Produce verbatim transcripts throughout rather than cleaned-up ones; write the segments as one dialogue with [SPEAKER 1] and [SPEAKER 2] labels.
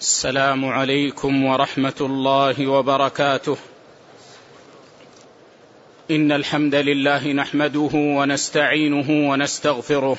[SPEAKER 1] السلام عليكم ورحمة الله وبركاته. إن الحمد لله نحمده ونستعينه ونستغفره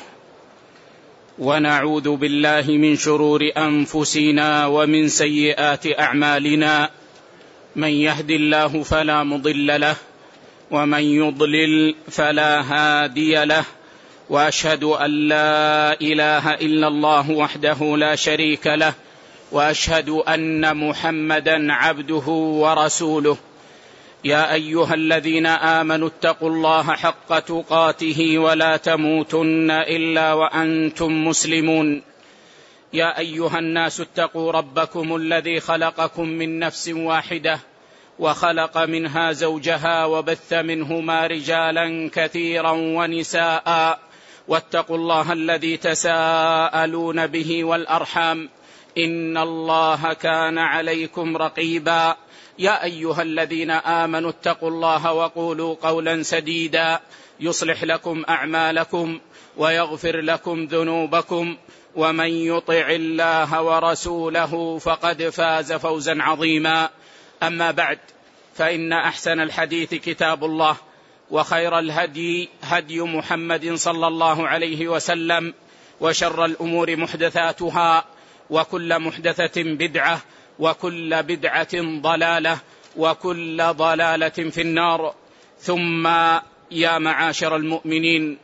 [SPEAKER 1] ونعوذ بالله من شرور أنفسنا ومن سيئات أعمالنا، من يهد الله فلا مضل له ومن يضلل فلا هادي له، وأشهد أن لا إله إلا الله وحده لا شريك له، وأشهد أن محمدا عبده ورسوله. يا أيها الذين آمنوا اتقوا الله حق تقاته ولا تموتن إلا وأنتم مسلمون. يا أيها الناس اتقوا ربكم الذي خلقكم من نفس واحدة وخلق منها زوجها وبث منهما رجالا كثيرا ونساء، واتقوا الله الذي تساءلون به والأرحام، إن الله كان عليكم رقيبا. يا أيها الذين آمنوا اتقوا الله وقولوا قولا سديدا يصلح لكم أعمالكم ويغفر لكم ذنوبكم، ومن يطع الله ورسوله فقد فاز فوزا عظيما. أما بعد، فإن أحسن الحديث كتاب الله، وخير الهدي هدي محمد صلى الله عليه وسلم، وشر الأمور محدثاتها، وكل محدثة بدعة، وكل بدعة ضلالة، وكل ضلالة في النار. ثم يا معاشر المؤمنين،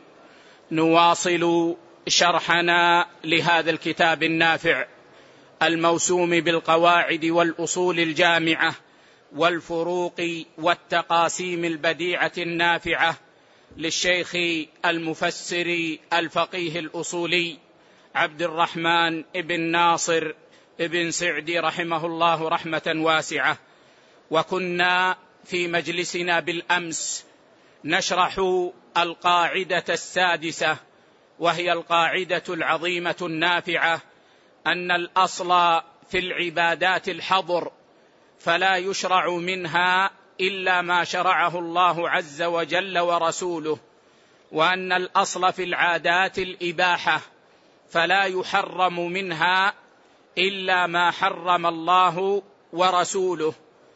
[SPEAKER 1] نواصل شرحنا لهذا الكتاب النافع الموسوم بالقواعد والأصول الجامعة والفروق والتقاسيم البديعة النافعة للشيخ المفسر الفقيه الأصولي عبد الرحمن بن ناصر بن سعدي رحمه الله رحمة واسعة. وكنا في مجلسنا بالأمس نشرح القاعدة السادسة، وهي القاعدة العظيمة النافعة، أن الأصل في العبادات الحظر، فلا يشرع منها إلا ما شرعه الله عز وجل ورسوله، وأن الأصل في العادات الإباحة، فلا يحرم منها إلا ما حرم الله ورسوله.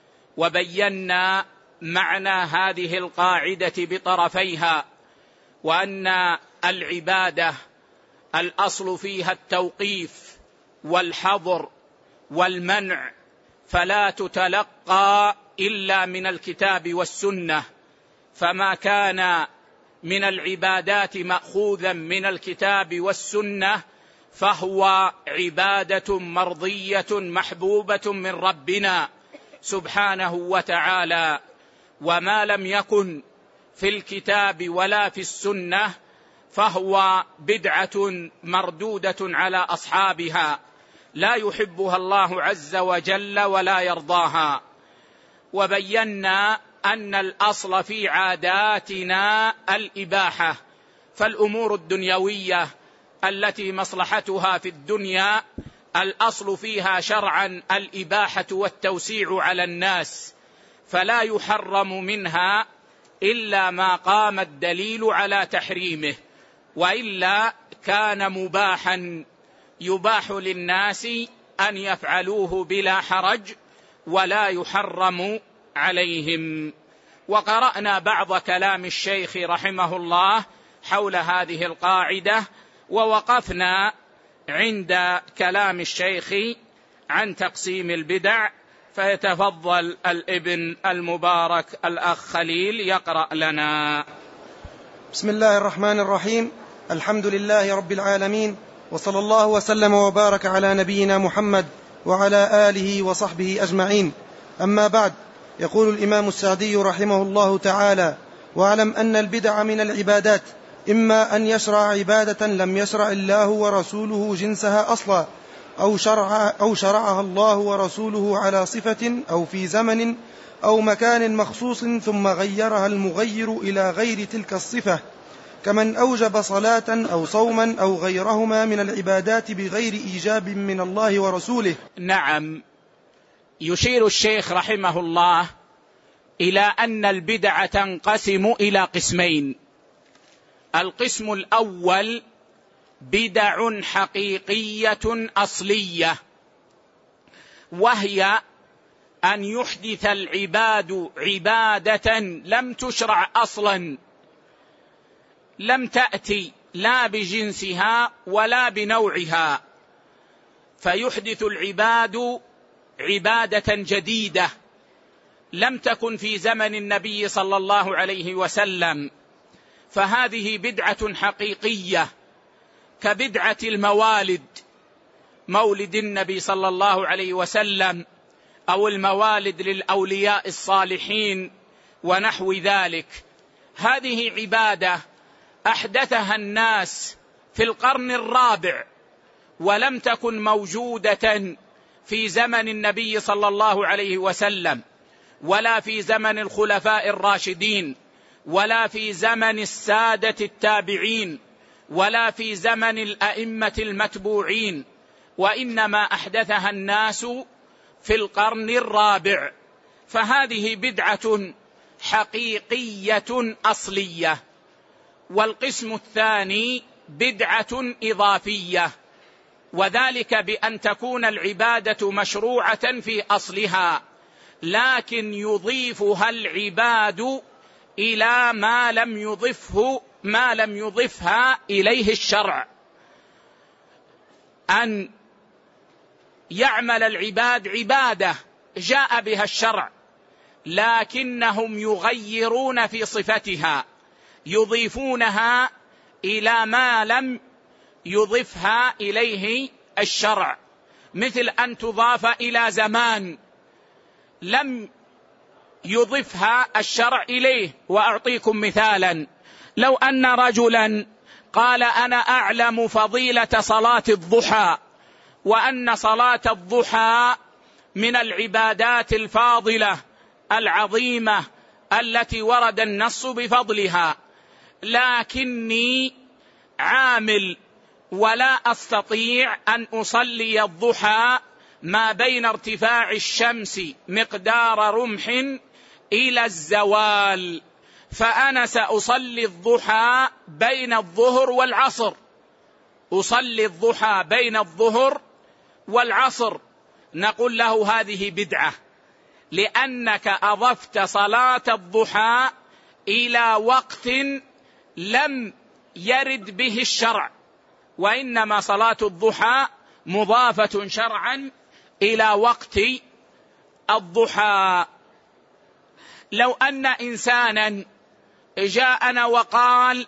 [SPEAKER 1] وبينا معنى هذه القاعدة بطرفيها، وأن العبادة الأصل فيها التوقيف والحظر والمنع، فلا تتلقى إلا من الكتاب والسنة، فما كان من العبادات مأخوذا من الكتاب والسنة فهو عبادة مرضية محبوبة من ربنا سبحانه وتعالى. وما لم يكن في الكتاب ولا في السنة فهو بدعة مردودة على أصحابها، لا يحبها الله عز وجل ولا يرضاها. وبينا أن الأصل في عاداتنا الإباحة، فالأمور الدنيوية التي مصلحتها في الدنيا الأصل فيها شرعا الإباحة والتوسيع على الناس، فلا يحرم منها إلا ما قام الدليل على تحريمه، وإلا كان مباحا يباح للناس أن يفعلوه بلا حرج ولا يحرم عليهم. وقرأنا بعض كلام الشيخ رحمه الله حول هذه القاعدة، ووقفنا عند كلام الشيخ عن تقسيم البدع، فيتفضل الابن المبارك الأخ خليل يقرأ لنا.
[SPEAKER 2] بسم الله الرحمن الرحيم. الحمد لله رب العالمين، وصلى الله وسلم وبارك على نبينا محمد وعلى آله وصحبه أجمعين. أما بعد، يقول الإمام السعدي رحمه الله تعالى: واعلم أن البدع من العبادات إما أن يشرع عبادة لم يشرع الله ورسوله جنسها أصلا، أو, شرع أو شرعها الله ورسوله على صفة أو في زمن أو مكان مخصوص ثم غيرها المغير إلى غير تلك الصفة، كمن أوجب صلاة أو صوما أو غيرهما من العبادات بغير إيجاب من الله ورسوله.
[SPEAKER 1] نعم، يشير الشيخ رحمه الله إلى أن البدع تنقسم إلى قسمين. القسم الأول بدع حقيقية أصلية، وهي أن يحدث العباد عبادة لم تشرع أصلا، لم تأتي لا بجنسها ولا بنوعها، فيحدث العباد عبادة جديدة لم تكن في زمن النبي صلى الله عليه وسلم، فهذه بدعة حقيقية كبدعة الموالد، مولد النبي صلى الله عليه وسلم أو الموالد للأولياء الصالحين ونحو ذلك. هذه عبادة أحدثها الناس في القرن الرابع، ولم تكن موجودة في زمن النبي صلى الله عليه وسلم، ولا في زمن الخلفاء الراشدين، ولا في زمن السادة التابعين، ولا في زمن الأئمة المتبوعين، وإنما أحدثها الناس في القرن الرابع. فهذه بدعة حقيقية أصلية. والقسم الثاني بدعة إضافية، وذلك بأن تكون العبادة مشروعة في أصلها، لكن يضيفها العباد إلى ما لم يضفه ما لم يضفها إليه الشرع، أن يعمل العباد عبادة جاء بها الشرع، لكنهم يغيرون في صفتها، يضيفونها إلى ما لم يضفها إليه الشرع، مثل أن تضاف إلى زمان لم يضفها الشرع إليه. وأعطيكم مثالا: لو أن رجلا قال أنا أعلم فضيلة صلاة الضحى، وأن صلاة الضحى من العبادات الفاضلة العظيمة التي ورد النص بفضلها، لكني عامل ولا أستطيع أن أصلي الضحى ما بين ارتفاع الشمس مقدار رمح إلى الزوال، فأنا سأصلي الضحى بين الظهر والعصر، أصلي الضحى بين الظهر والعصر. نقول له هذه بدعة، لأنك أضفت صلاة الضحى إلى وقت لم يرد به الشرع، وإنما صلاة الضحى مضافة شرعا إلى وقت الضحى. لو أن إنسانا جاءنا وقال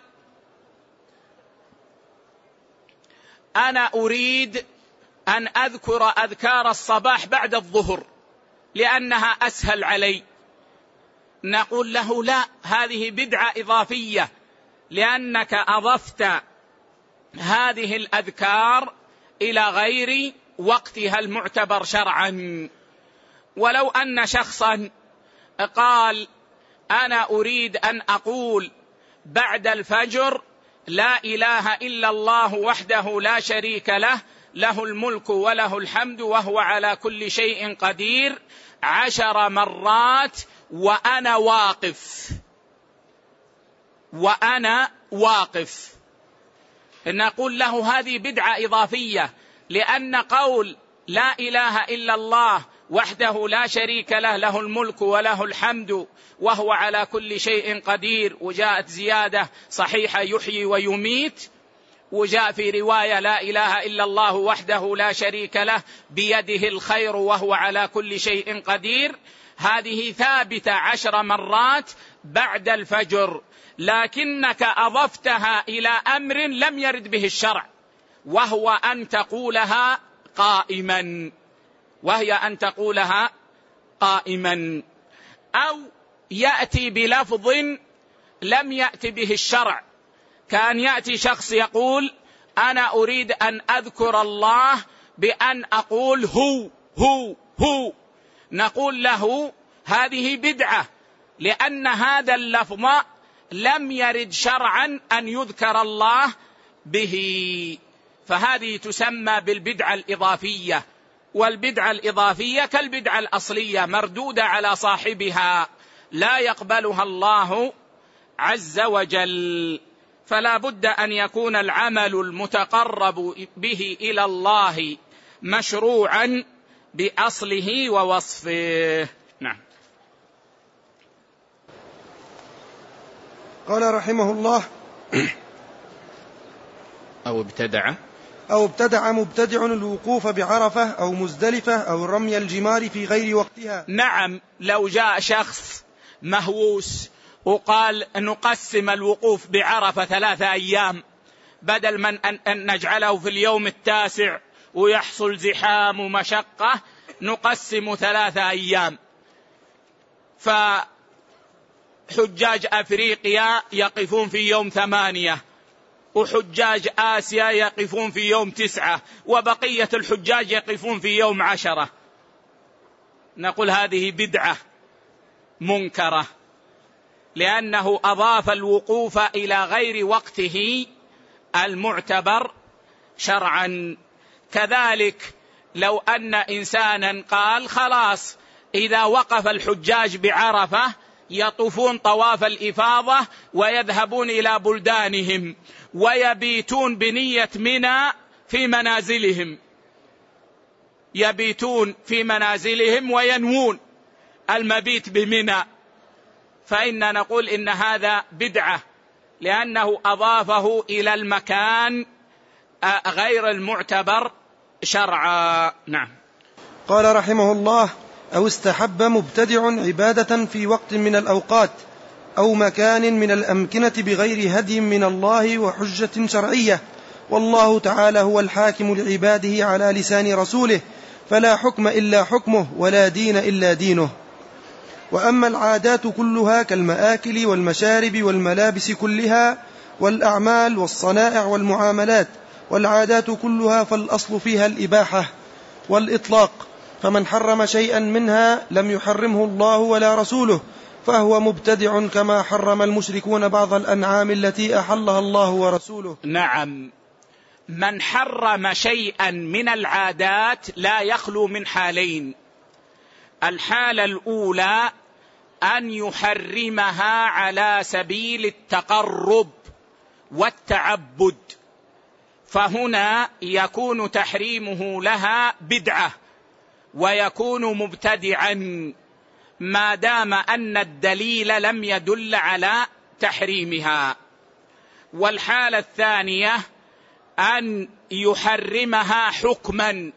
[SPEAKER 1] أنا أريد أن أذكر أذكار الصباح بعد الظهر لأنها أسهل علي، نقول له لا، هذه بدعة إضافية، لأنك أضفت هذه الأذكار إلى غير وقتها المعتبر شرعا. ولو أن شخصا قال أنا أريد أن أقول بعد الفجر لا إله إلا الله وحده لا شريك له، له الملك وله الحمد وهو على كل شيء قدير عشر مرات وأنا واقف وأنا واقف نقول له هذه بدعة إضافية، لأن قول لا إله إلا الله وحده لا شريك له، له الملك وله الحمد وهو على كل شيء قدير، وجاءت زيادة صحيحة يحيي ويميت، وجاء في رواية لا إله إلا الله وحده لا شريك له بيده الخير وهو على كل شيء قدير، هذه ثابتة عشر مرات بعد الفجر، لكنك أضفتها إلى أمر لم يرد به الشرع، وهو أن تقولها قائما وهي أن تقولها قائما أو يأتي بلفظ لم يأتي به الشرع. كان يأتي شخص يقول أنا أريد أن أذكر الله بأن أقول هو هو هو، نقول له هذه بدعة، لأن هذا اللفظ لم يرد شرعا أن يذكر الله به، فهذه تسمى بالبدعة الإضافية. والبدعة الإضافية كالبدعة الأصلية مردودة على صاحبها، لا يقبلها الله عز وجل. فلا بد أن يكون العمل المتقرب به إلى الله مشروعا بأصله ووصفه. نعم.
[SPEAKER 2] قال رحمه الله:
[SPEAKER 1] أو ابتدع
[SPEAKER 2] أو ابتدع مبتدع الوقوف بعرفة أو مزدلفة أو رمي الجمار في غير وقتها.
[SPEAKER 1] نعم، لو جاء شخص مهووس وقال نقسم الوقوف بعرفة ثلاثة أيام بدل من أن نجعله في اليوم التاسع ويحصل زحام ومشقة، نقسم ثلاثة أيام، فحجاج أفريقيا يقفون في يوم ثمانية، وحجاج آسيا يقفون في يوم تسعة، وبقية الحجاج يقفون في يوم عشرة. نقول هذه بدعة منكرة، لأنه أضاف الوقوف إلى غير وقته المعتبر شرعا. كذلك لو أن إنسانا قال خلاص إذا وقف الحجاج بعرفة يطوفون طواف الإفاضة ويذهبون إلى بلدانهم ويبيتون بنية منى في منازلهم، يبيتون في منازلهم وينوون المبيت بمنى، فإن نقول إن هذا بدعة، لأنه أضافه إلى المكان غير المعتبر شرعا. نعم.
[SPEAKER 2] قال رحمه الله: أو استحب مبتدع عبادة في وقت من الأوقات أو مكان من الأمكنة بغير هدي من الله وحجة شرعية، والله تعالى هو الحاكم لعباده على لسان رسوله، فلا حكم إلا حكمه ولا دين إلا دينه. وأما العادات كلها كالمآكل والمشارب والملابس كلها والأعمال والصنائع والمعاملات، والعادات كلها فالأصل فيها الإباحة والإطلاق، فمن حرم شيئا منها لم يحرمه الله ولا رسوله فهو مبتدع كما حرم المشركون بعض الأنعام التي أحلها الله ورسوله.
[SPEAKER 1] نعم، من حرم شيئا من العادات لا يخلو من حالين: الحالة الأولى أن يحرمها على سبيل التقرب والتعبد، فهنا يكون تحريمه لها بدعة ويكون مبتدعا ما دام أن الدليل لم يدل على تحريمها. والحالة الثانية أن يحرمها حكما،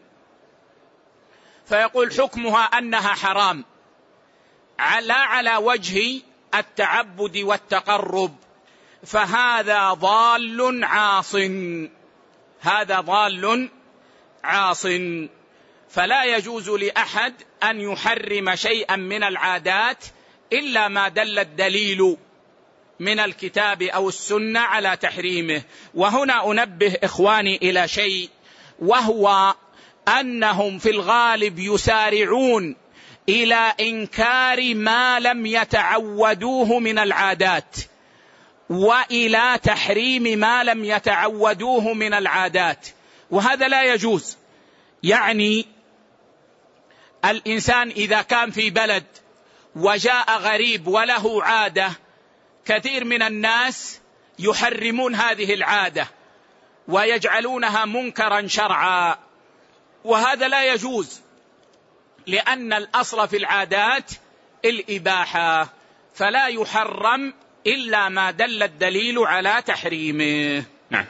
[SPEAKER 1] فيقول حكمها أنها حرام لا على وجه التعبد والتقرب، فهذا ضال عاص، هذا ضال عاص. فلا يجوز لأحد أن يحرم شيئا من العادات إلا ما دل الدليل من الكتاب أو السنة على تحريمه. وهنا أنبه إخواني إلى شيء، وهو أنهم في الغالب يسارعون إلى إنكار ما لم يتعودوه من العادات وإلى تحريم ما لم يتعودوه من العادات، وهذا لا يجوز. يعني الإنسان إذا كان في بلد وجاء غريب وله عادة، كثير من الناس يحرمون هذه العادة ويجعلونها منكرا شرعا، وهذا لا يجوز، لأن الأصل في العادات الإباحة، فلا يحرم إلا ما دل الدليل على تحريمه. نعم.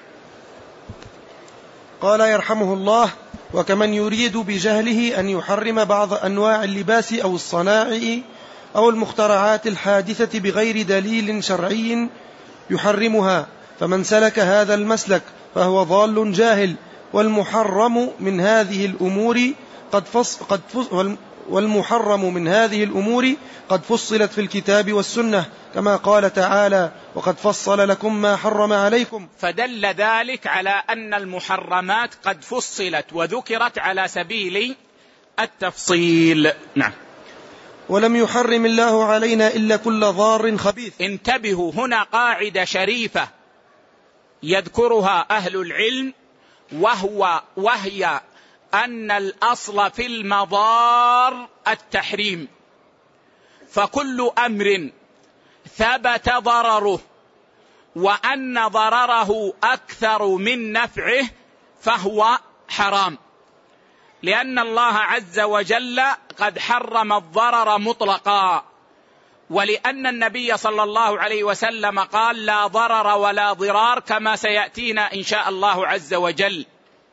[SPEAKER 2] قال يرحمه الله: وكمن يريد بجهله أن يحرم بعض أنواع اللباس أو الصنائع أو المخترعات الحادثة بغير دليل شرعي يحرمها، فمن سلك هذا المسلك فهو ضال جاهل. والمحرم من هذه الأمور قد فص قد فص والمحرم من هذه الأمور قد فصلت في الكتاب والسنة، كما قال تعالى: وقد فصل لكم ما حرم عليكم.
[SPEAKER 1] فدل ذلك على أن المحرمات قد فصلت وذكرت على سبيل التفصيل. نعم.
[SPEAKER 2] ولم يحرم الله علينا إلا كل ضار خبيث.
[SPEAKER 1] انتبهوا، هنا قاعدة شريفة يذكرها أهل العلم، وهو وهي أن الأصل في المضار التحريم، فكل أمر ثبت ضرره وأن ضرره أكثر من نفعه فهو حرام. لأن الله عز وجل قد حرم الضرر مطلقا، ولأن النبي صلى الله عليه وسلم قال لا ضرر ولا ضرار كما سيأتينا إن شاء الله عز وجل.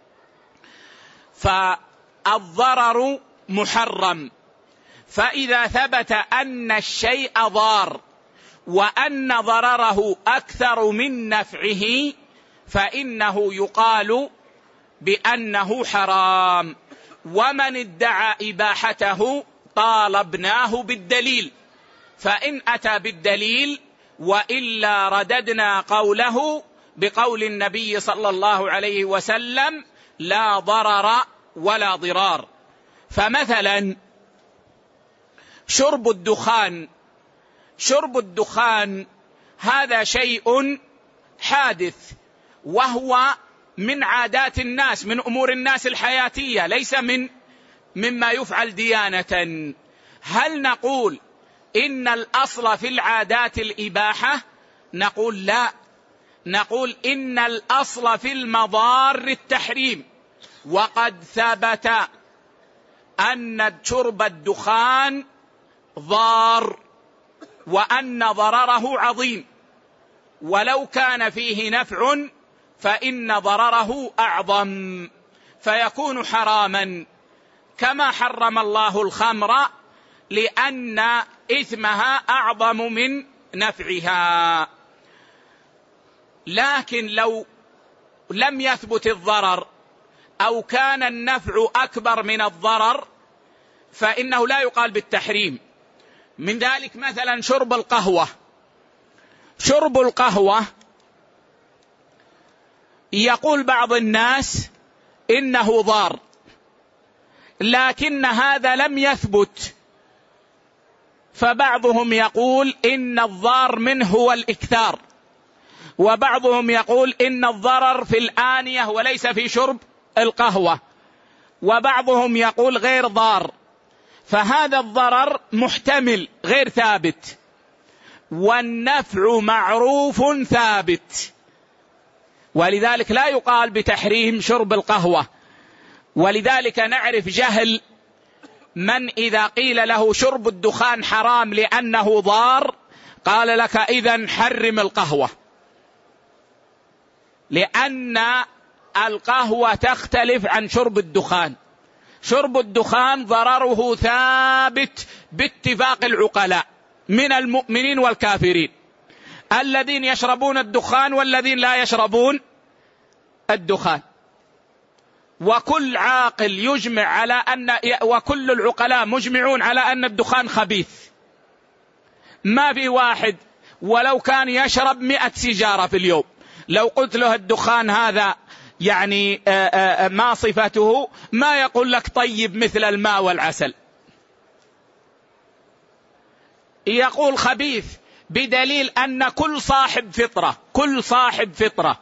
[SPEAKER 1] فالضرر محرم، فإذا ثبت أن الشيء ضار وأن ضرره أكثر من نفعه فإنه يقال بأنه حرام، ومن ادعى إباحته طالبناه بالدليل، فإن أتى بالدليل وإلا رددنا قوله بقول النبي صلى الله عليه وسلم لا ضرر ولا ضرار. فمثلا شرب الدخان، شرب الدخان هذا شيء حادث، وهو من عادات الناس، من أمور الناس الحياتية، ليس من مما يفعل ديانة. هل نقول إن الأصل في العادات الإباحة؟ نقول لا، نقول إن الأصل في المضار التحريم، وقد ثبت أن شرب الدخان ضار وأن ضرره عظيم، ولو كان فيه نفع فإن ضرره أعظم فيكون حراما، كما حرم الله الخمر لأن إثمها أعظم من نفعها. لكن لو لم يثبت الضرر أو كان النفع أكبر من الضرر فإنه لا يقال بالتحريم. من ذلك مثلا شرب القهوة، شرب القهوة يقول بعض الناس إنه ضار، لكن هذا لم يثبت، فبعضهم يقول إن الضار منه هو الإكثار، وبعضهم يقول إن الضرر في الآنية وليس في شرب القهوة، وبعضهم يقول غير ضار. فهذا الضرر محتمل غير ثابت، والنفع معروف ثابت، ولذلك لا يقال بتحريم شرب القهوة. ولذلك نعرف جهل من إذا قيل له شرب الدخان حرام لأنه ضار قال لك إذن حرم القهوة، لأن القهوة تختلف عن شرب الدخان. شرب الدخان ضرره ثابت باتفاق العقلاء من المؤمنين والكافرين، الذين يشربون الدخان والذين لا يشربون الدخان، وكل عاقل يجمع على أن وكل العقلاء مجمعون على أن الدخان خبيث. ما في واحد ولو كان يشرب مئة سيجارة في اليوم لو قلت له الدخان هذا يعني آآ آآ ما صفته ما يقول لك طيب مثل الماء والعسل، يقول خبيث، بدليل أن كل صاحب فطرة كل صاحب فطرة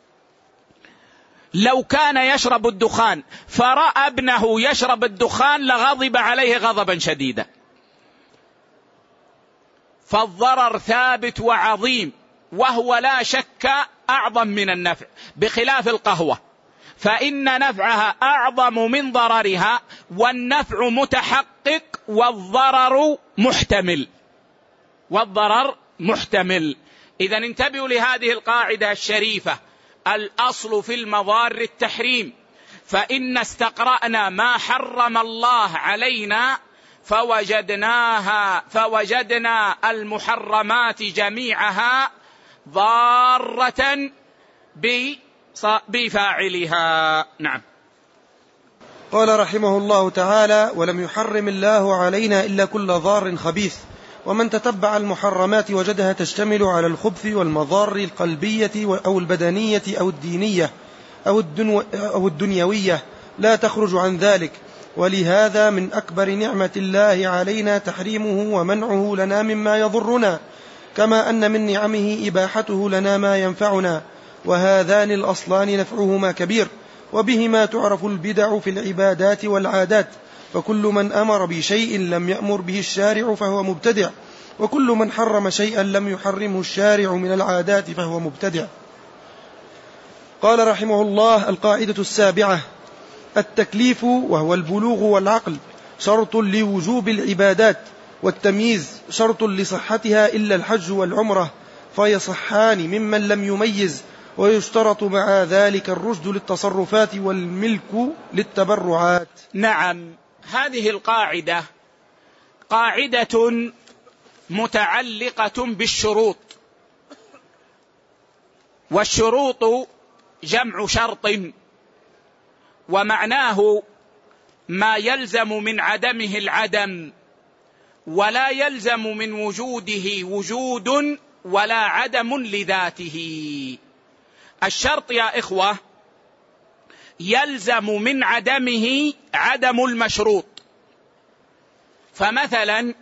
[SPEAKER 1] لو كان يشرب الدخان فرأى ابنه يشرب الدخان لغضب عليه غضبا شديدا. فالضرر ثابت وعظيم، وهو لا شك أعظم من النفع، بخلاف القهوة فإن نفعها أعظم من ضررها، والنفع متحقق والضرر محتمل والضرر محتمل. إذن انتبهوا لهذه القاعدة الشريفة، الأصل في المضار التحريم، فإن استقرأنا ما حرم الله علينا فوجدناها فوجدنا المحرمات جميعها ضارة بفاعلها. نعم.
[SPEAKER 2] قال رحمه الله تعالى: ولم يحرم الله علينا إلا كل ضار خبيث. ومن تتبع المحرمات وجدها تشتمل على الخبث والمضار القلبية أو البدنية أو الدينية أو, الدنو أو الدنيوية، لا تخرج عن ذلك. ولهذا من أكبر نعمة الله علينا تحريمه ومنعه لنا مما يضرنا، كما أن من نعمه إباحته لنا ما ينفعنا، وهذان الأصلان نفعهما كبير، وبهما تعرف البدع في العبادات والعادات. فكل من أمر بشيء لم يأمر به الشارع فهو مبتدع، وكل من حرم شيئا لم يحرمه الشارع من العادات فهو مبتدع. قال رحمه الله: القاعدة السابعة: التكليف وهو البلوغ والعقل شرط لوجوب العبادات، والتمييز شرط لصحتها إلا الحج والعمرة فيصحان ممن لم يميز، ويشترط مع ذلك الرشد للتصرفات والملك للتبرعات.
[SPEAKER 1] نعم، هذه القاعدة قاعدة متعلقة بالشروط، والشروط جمع شرط، ومعناه ما يلزم من عدمه العدم، ولا يلزم من وجوده وجود ولا عدم لذاته. الشرط يا إخوة يلزم من عدمه عدم المشروط. فمثلا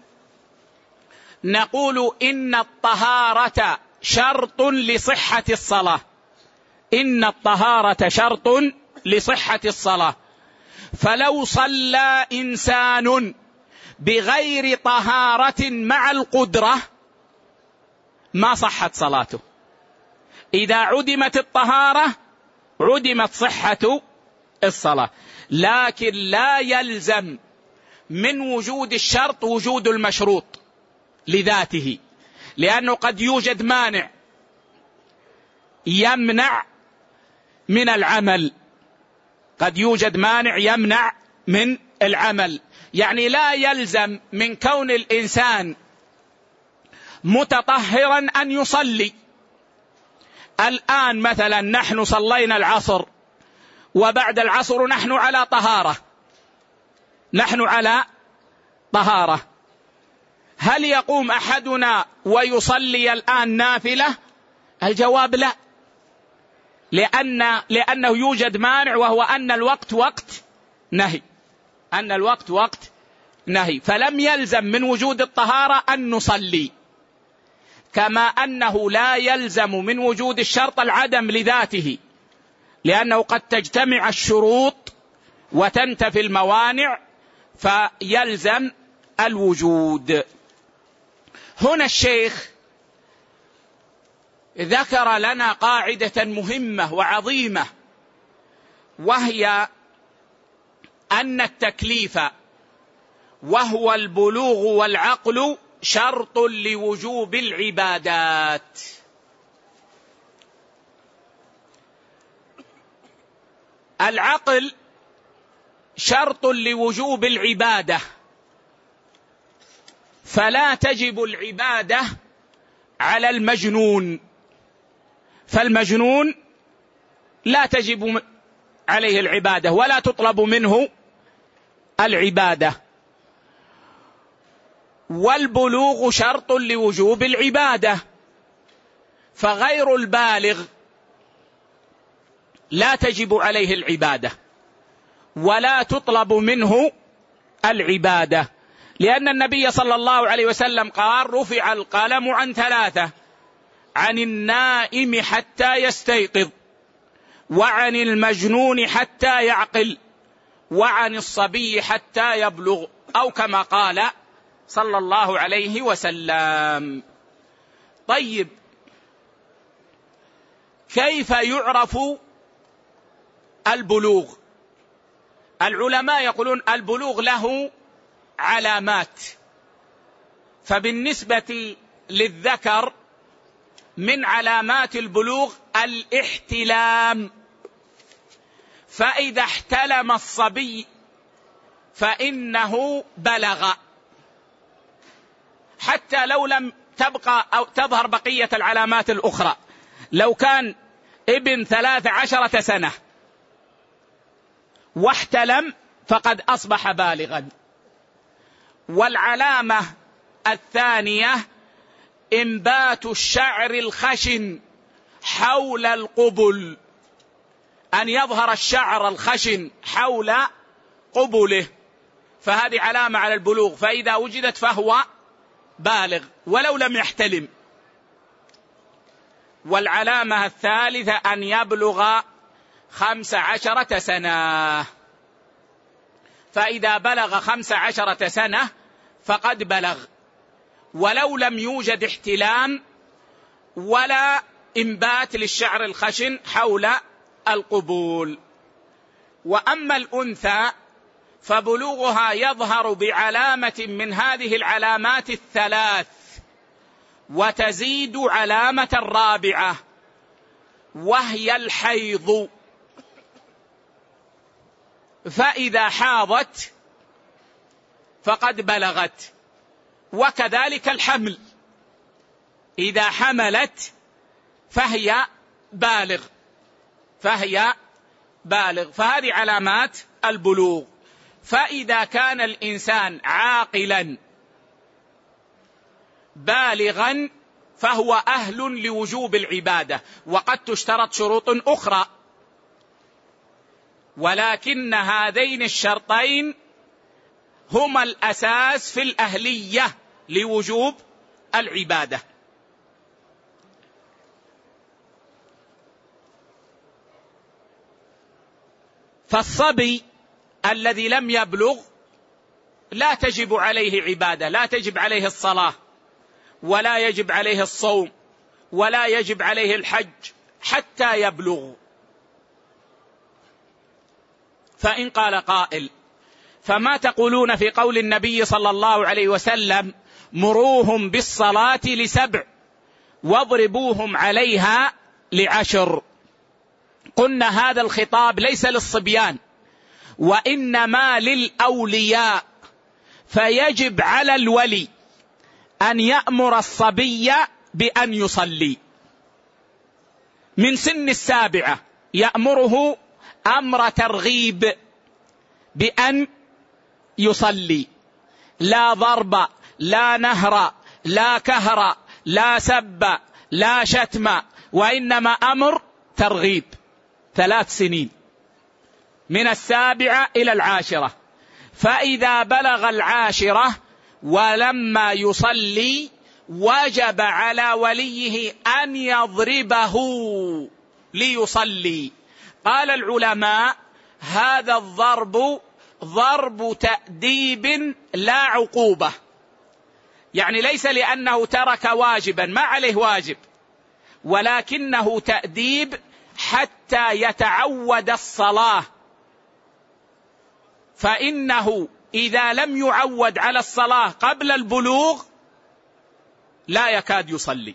[SPEAKER 1] نقول إن الطهارة شرط لصحة الصلاة، إن الطهارة شرط لصحة الصلاة، فلو صلى إنسان بغير طهارة مع القدرة ما صحت صلاته. إذا عدمت الطهارة عدمت صحة الصلاة، لكن لا يلزم من وجود الشرط وجود المشروط لذاته، لأنه قد يوجد مانع يمنع من العمل، قد يوجد مانع يمنع من العمل. يعني لا يلزم من كون الإنسان متطهرا أن يصلي. الآن مثلا نحن صلينا العصر، وبعد العصر نحن على طهارة، نحن على طهارة، هل يقوم أحدنا ويصلي الآن نافلة؟ الجواب لا، لأن لأنه يوجد مانع، وهو أن الوقت وقت نهي، أن الوقت وقت نهي، فلم يلزم من وجود الطهارة أن نصلي. كما أنه لا يلزم من وجود الشرط العدم لذاته، لأنه قد تجتمع الشروط وتنتفي الموانع فيلزم الوجود. هنا الشيخ ذكر لنا قاعدة مهمة وعظيمة، وهي أن التكليف وهو البلوغ والعقل شرط لوجوب العبادات. العقل شرط لوجوب العبادة، فلا تجب العبادة على المجنون، فالمجنون لا تجب عليه العبادة ولا تطلب منه العبادة. والبلوغ شرط لوجوب العبادة، فغير البالغ لا تجب عليه العبادة ولا تطلب منه العبادة، لأن النبي صلى الله عليه وسلم قال: رفع القلم عن ثلاثة: عن النائم حتى يستيقظ، وعن المجنون حتى يعقل، وعن الصبي حتى يبلغ، أو كما قال صلى الله عليه وسلم. طيب، كيف يعرف البلوغ؟ العلماء يقولون البلوغ له علامات. فبالنسبة للذكر من علامات البلوغ الاحتلام، فإذا احتلم الصبي فإنه بلغ، حتى لو لم تبقى أو تظهر بقية العلامات الأخرى. لو كان ابن ثلاث عشرة سنة واحتلم فقد أصبح بالغا. والعلامة الثانية إنبات الشعر الخشن حول القبل، أن يظهر الشعر الخشن حول قبله، فهذه علامة على البلوغ، فإذا وجدت فهو بالغ ولو لم يحتلم. والعلامة الثالثة أن يبلغ خمس عشرة سنة، فإذا بلغ خمس عشرة سنة فقد بلغ، ولو لم يوجد احتلام ولا إنبات للشعر الخشن حول القبول. وأما الأنثى فبلوغها يظهر بعلامة من هذه العلامات الثلاث، وتزيد علامة الرابعة وهي الحيض. فإذا حاضت فقد بلغت، وكذلك الحمل، إذا حملت فهي بالغ فهي بالغ فهذه علامات البلوغ. فإذا كان الإنسان عاقلا بالغا فهو أهل لوجوب العبادة، وقد تشترط شروط أخرى، ولكن هذين الشرطين هما الأساس في الأهلية لوجوب العبادة. فالصبي الذي لم يبلغ لا تجب عليه عبادة، لا تجب عليه الصلاة، ولا يجب عليه الصوم، ولا يجب عليه الحج حتى يبلغ. فإن قال قائل: فما تقولون في قول النبي صلى الله عليه وسلم: مروهم بالصلاة لسبع واضربوهم عليها لعشر؟ قلنا هذا الخطاب ليس للصبيان، وإنما للأولياء، فيجب على الولي أن يأمر الصبي بأن يصلي من سن السابعة، يأمره أمر ترغيب بأن يصلي، لا ضرب، لا نهر، لا كهر، لا سب، لا شتم، وإنما أمر ترغيب. ثلاث سنين من السابعة إلى العاشرة. فإذا بلغ العاشرة ولما يصلي وجب على وليه أن يضربه ليصلي. قال العلماء: هذا الضرب ضرب تأديب لا عقوبة، يعني ليس لأنه ترك واجبا، ما عليه واجب، ولكنه تأديب حتى يتعود الصلاة. فإنه إذا لم يعود على الصلاة قبل البلوغ لا يكاد يصلي.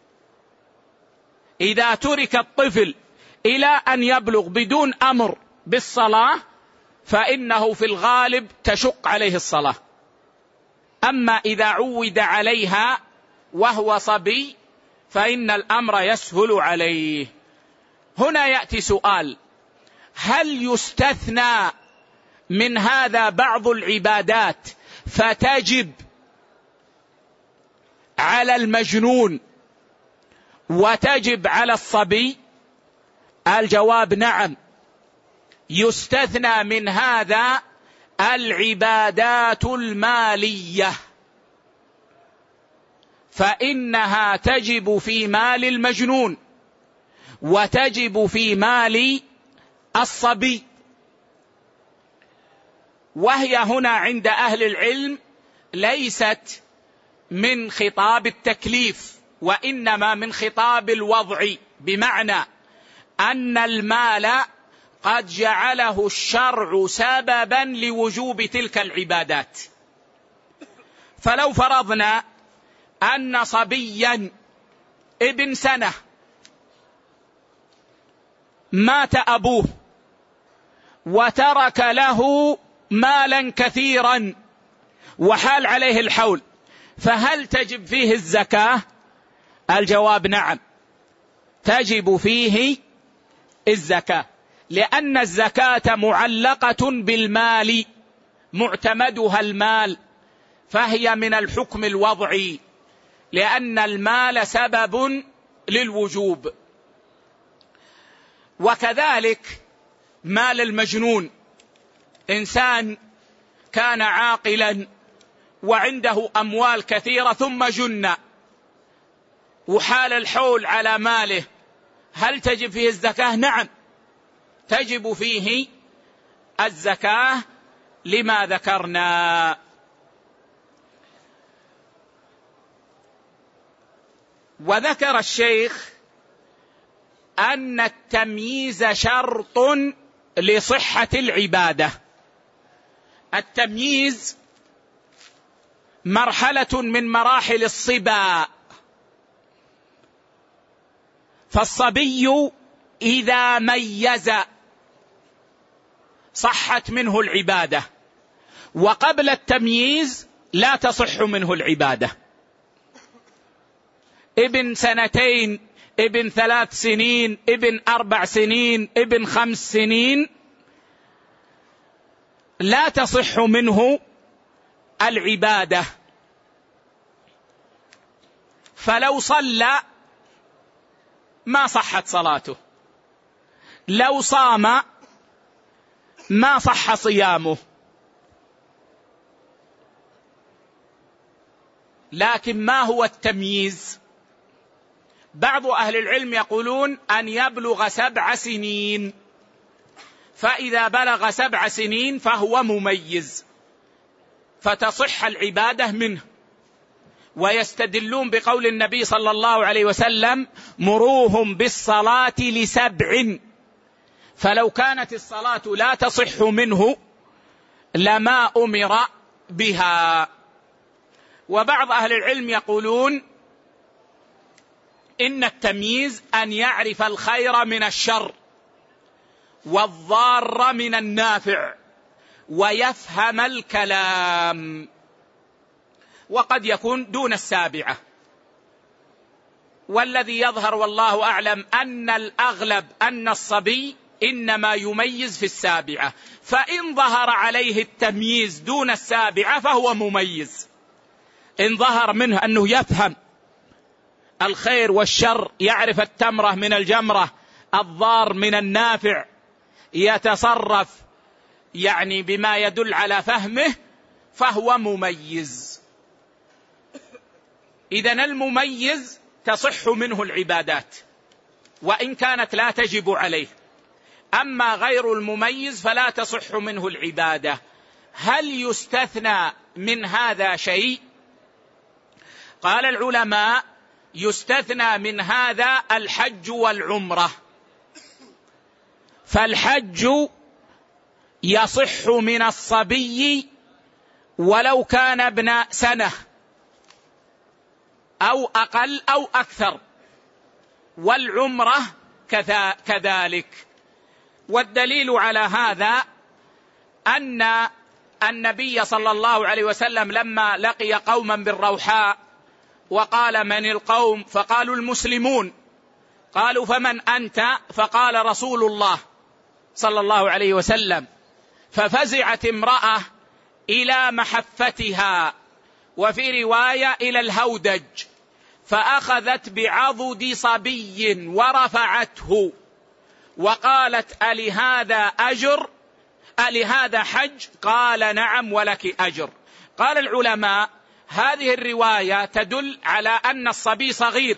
[SPEAKER 1] إذا ترك الطفل إلى أن يبلغ بدون أمر بالصلاة فإنه في الغالب تشق عليه الصلاة. أما إذا عود عليها وهو صبي فإن الأمر يسهل عليه. هنا يأتي سؤال: هل يستثنى من هذا بعض العبادات فتجب على المجنون وتجب على الصبي؟ الجواب: نعم، يستثنى من هذا العبادات المالية، فإنها تجب في مال المجنون وتجب في مال الصبي. وهي هنا عند أهل العلم ليست من خطاب التكليف، وإنما من خطاب الوضع، بمعنى أن المال قد جعله الشرع سببا لوجوب تلك العبادات. فلو فرضنا أن صبيا ابن سنة مات أبوه وترك له مالا كثيرا وحال عليه الحول، فهل تجب فيه الزكاة؟ الجواب: نعم، تجب فيه الزكاة، لأن الزكاة معلقة بالمال، معتمدها المال، فهي من الحكم الوضعي، لأن المال سبب للوجوب. وكذلك مال المجنون، إنسان كان عاقلا وعنده أموال كثيرة ثم جن وحال الحول على ماله، هل تجب فيه الزكاة؟ نعم، تجب فيه الزكاة لما ذكرنا. وذكر الشيخ أن التمييز شرط لصحة العبادة. التمييز مرحلة من مراحل الصبا، فالصبي إذا ميز صحت منه العبادة، وقبل التمييز لا تصح منه العبادة. ابن سنتين، ابن ثلاث سنين، ابن أربع سنين، ابن خمس سنين لا تصح منه العبادة. فلو صلى ما صحت صلاته، لو صام ما صح صيامه. لكن ما هو التمييز؟ بعض أهل العلم يقولون أن يبلغ سبع سنين، فإذا بلغ سبع سنين فهو مميز فتصح العبادة منه. ويستدلون بقول النبي صلى الله عليه وسلم: مروهم بالصلاة لسبع. فلو كانت الصلاة لا تصح منه لما أمر بها. وبعض أهل العلم يقولون إن التمييز أن يعرف الخير من الشر والضار من النافع ويفهم الكلام، وقد يكون دون السابعة. والذي يظهر والله أعلم أن الأغلب أن الصبي إنما يميز في السابعة، فإن ظهر عليه التمييز دون السابعة فهو مميز. إن ظهر منه أنه يفهم الخير والشر، يعرف التمرة من الجمرة، الضار من النافع، يتصرف يعني بما يدل على فهمه، فهو مميز. إذن المميز تصح منه العبادات وإن كانت لا تجب عليه، أما غير المميز فلا تصح منه العبادة. هل يستثنى من هذا شيء؟ قال العلماء: يستثنى من هذا الحج والعمرة. فالحج يصح من الصبي ولو كان ابن سنة أو أقل أو أكثر، والعمرة كذلك. والدليل على هذا أن النبي صلى الله عليه وسلم لما لقي قوما بالروحاء وقال: من القوم؟ فقالوا: المسلمون. قالوا: فمن أنت؟ فقال: رسول الله صلى الله عليه وسلم. ففزعت امرأة إلى محفتها، وفي رواية إلى الهودج، فأخذت بعضد صبي ورفعته وقالت: ألهذا أجر؟ ألهذا حج؟ قال: نعم ولك أجر. قال العلماء: هذه الرواية تدل على أن الصبي صغير،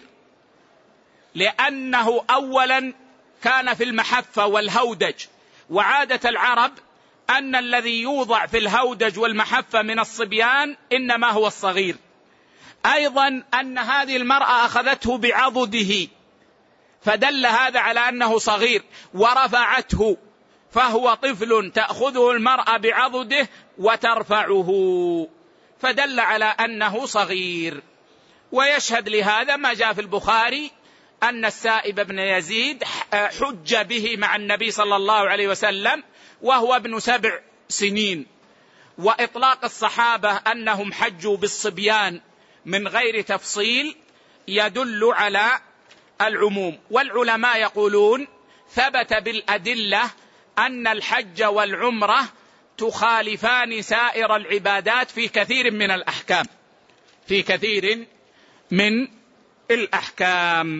[SPEAKER 1] لأنه أولا كان في المحفة والهودج، وعادة العرب أن الذي يوضع في الهودج والمحفة من الصبيان إنما هو الصغير. أيضا أن هذه المرأة أخذته بعضده، فدل هذا على أنه صغير، ورفعته، فهو طفل تأخذه المرأة بعضده وترفعه، فدل على أنه صغير. ويشهد لهذا ما جاء في البخاري أن السائب بن يزيد حج به مع النبي صلى الله عليه وسلم وهو ابن سبع سنين. وإطلاق الصحابة أنهم حجوا بالصبيان من غير تفصيل يدل على العموم. والعلماء يقولون: ثبت بالأدلة أن الحج والعمرة تخالفان سائر العبادات في كثير من الأحكام، في كثير من الأحكام.